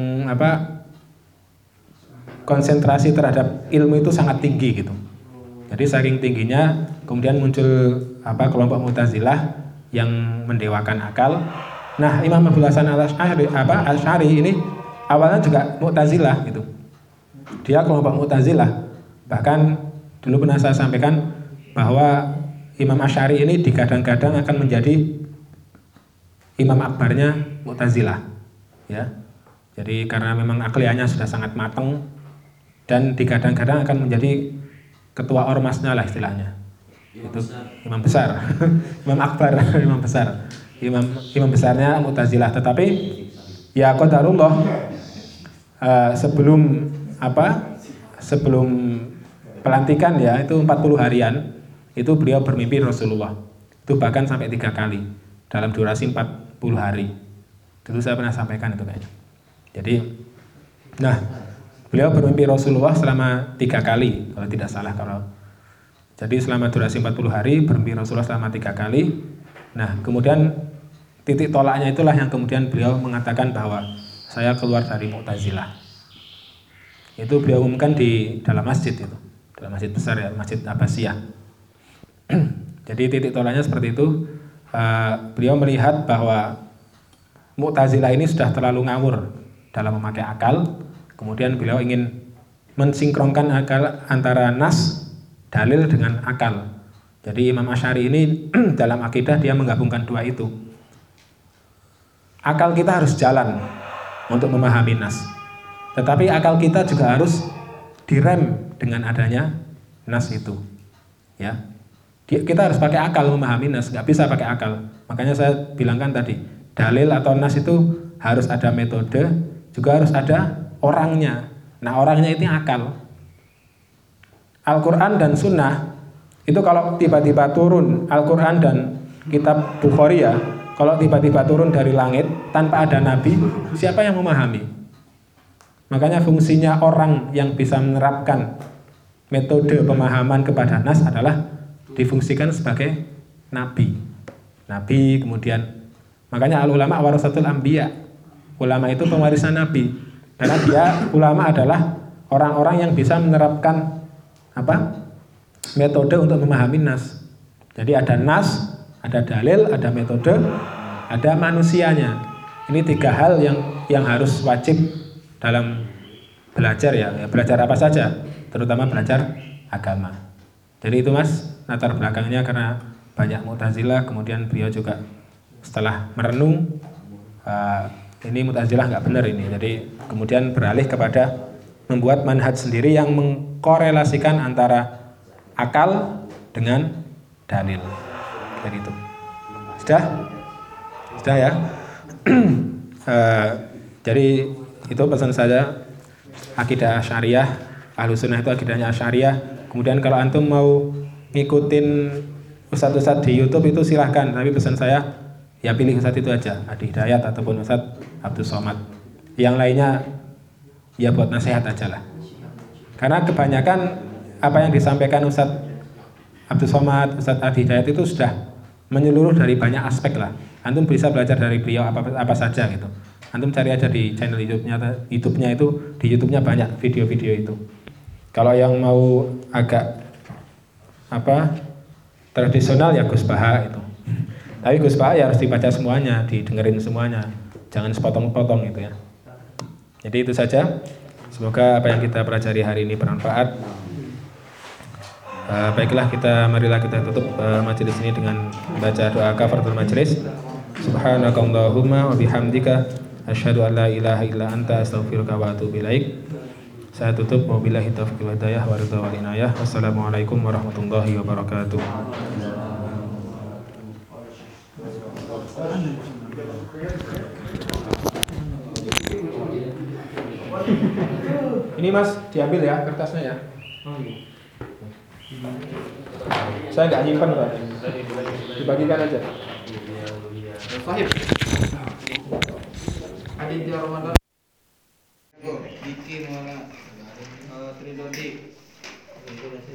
konsentrasi terhadap ilmu itu sangat tinggi gitu. Jadi saking tingginya kemudian muncul kelompok Mu'tazilah yang mendewakan akal. Nah, Imam Abul Hasan Al-Asy'ari ini awalnya juga Mu'tazilah gitu. Dia kelompok Mu'tazilah. Bahkan dulu pernah saya sampaikan bahwa Imam Asy'ari ini digadang-gadang akan menjadi imam akbarnya Mu'tazilah, ya. Jadi karena memang akliyahnya sudah sangat matang dan digadang-gadang akan menjadi ketua ormasnya lah istilahnya. Itu imam besar, imam akbar, imam besar, imam besarnya Mu'tazilah. Tetapi ya qadarullah, sebelum pelantikan ya itu 40 harian itu beliau bermimpi Rasulullah. Itu bahkan sampai 3 kali dalam durasi 40 hari. Dulu saya pernah sampaikan itu kayaknya. Jadi, nah beliau bermimpi Rasulullah selama 3 kali kalau tidak salah Jadi selama durasi 40 hari bermimpi Rasulullah selama 3 kali. Nah kemudian titik tolaknya itulah yang kemudian beliau mengatakan bahwa saya keluar dari Mu'tazilah. Itu beliau umumkan di dalam masjid itu, dalam masjid besar ya, Masjid Abbasiyah. Jadi titik tolaknya seperti itu. Beliau melihat bahwa Mu'tazilah ini sudah terlalu ngawur dalam memakai akal. Kemudian beliau ingin mensinkronkan akal antara nas, dalil dengan akal. Jadi Imam Asy'ari ini dalam akidah dia menggabungkan dua itu. Akal kita harus jalan untuk memahami nas, tetapi akal kita juga harus direm dengan adanya nas itu, ya. Kita harus pakai akal memahami nas, nggak bisa pakai akal. Makanya saya bilangkan tadi, dalil atau nas itu harus ada metode, juga harus ada orangnya. Nah orangnya itu akal. Al-Quran dan Sunnah itu kalau tiba-tiba turun Al-Quran dan kitab Bukhari ya, kalau tiba-tiba turun dari langit tanpa ada nabi, siapa yang memahami? Makanya fungsinya orang yang bisa menerapkan metode pemahaman kepada nas adalah difungsikan sebagai nabi. Nabi kemudian, makanya al-ulama warasatul anbiya. Ulama itu pewarisan nabi. Karena dia ulama adalah orang-orang yang bisa menerapkan metode untuk memahami nas. Jadi ada nas, ada dalil, ada metode, ada manusianya. Ini 3 hal yang harus wajib dalam belajar ya. Belajar apa saja, terutama belajar agama. Jadi itu Mas, latar belakangnya karena banyak Mu'tazilah, kemudian beliau juga setelah merenung ini Mu'tazilah nggak benar ini. Jadi kemudian beralih kepada membuat manhaj sendiri yang mengkorelasikan antara akal dengan dalil. Jadi itu. Sudah ya. Jadi itu pesan saya, akidah Asy'ariyah, Ahlussunnah itu akidahnya Asy'ariyah. Kemudian kalau antum mau ngikutin ustadz-ustadz di YouTube itu silahkan, tapi pesan saya ya pilih ustadz itu aja, Adi Hidayat ataupun Ustadz Abdus Somad. Yang lainnya ya buat nasihat aja lah. Karena kebanyakan apa yang disampaikan Ustadz Abdus Somad, Ustadz Adi Hidayat itu sudah menyeluruh dari banyak aspek lah. Antum bisa belajar dari beliau apa saja gitu. Antum cari aja di channel YouTube-nya itu, di YouTube-nya banyak video-video itu. Kalau yang mau agak tradisional ya Gus Baha itu. Tapi Gus Baha ya harus dibaca semuanya, didengerin semuanya, jangan sepotong-potong gitu ya. Jadi itu saja. Semoga apa yang kita pelajari hari ini bermanfaat. Baiklah, marilah kita tutup majelis ini dengan baca doa kafaratul majelis. Subhanakallahumma wa bihamdika asyhadu an la ilaha illa anta astaghfiruka wa atubu ilaik. Saya tutup, wabillahi taufiq wal hidayah wa ridha wal inayah. Wassalamualaikum warahmatullahi wabarakatuh. Ini Mas, diambil ya kertasnya ya. Saya nggak nyimpen Pak. Dibagikan aja. Sahib. Aditya Ramadan. Bikin mana? Tridodi.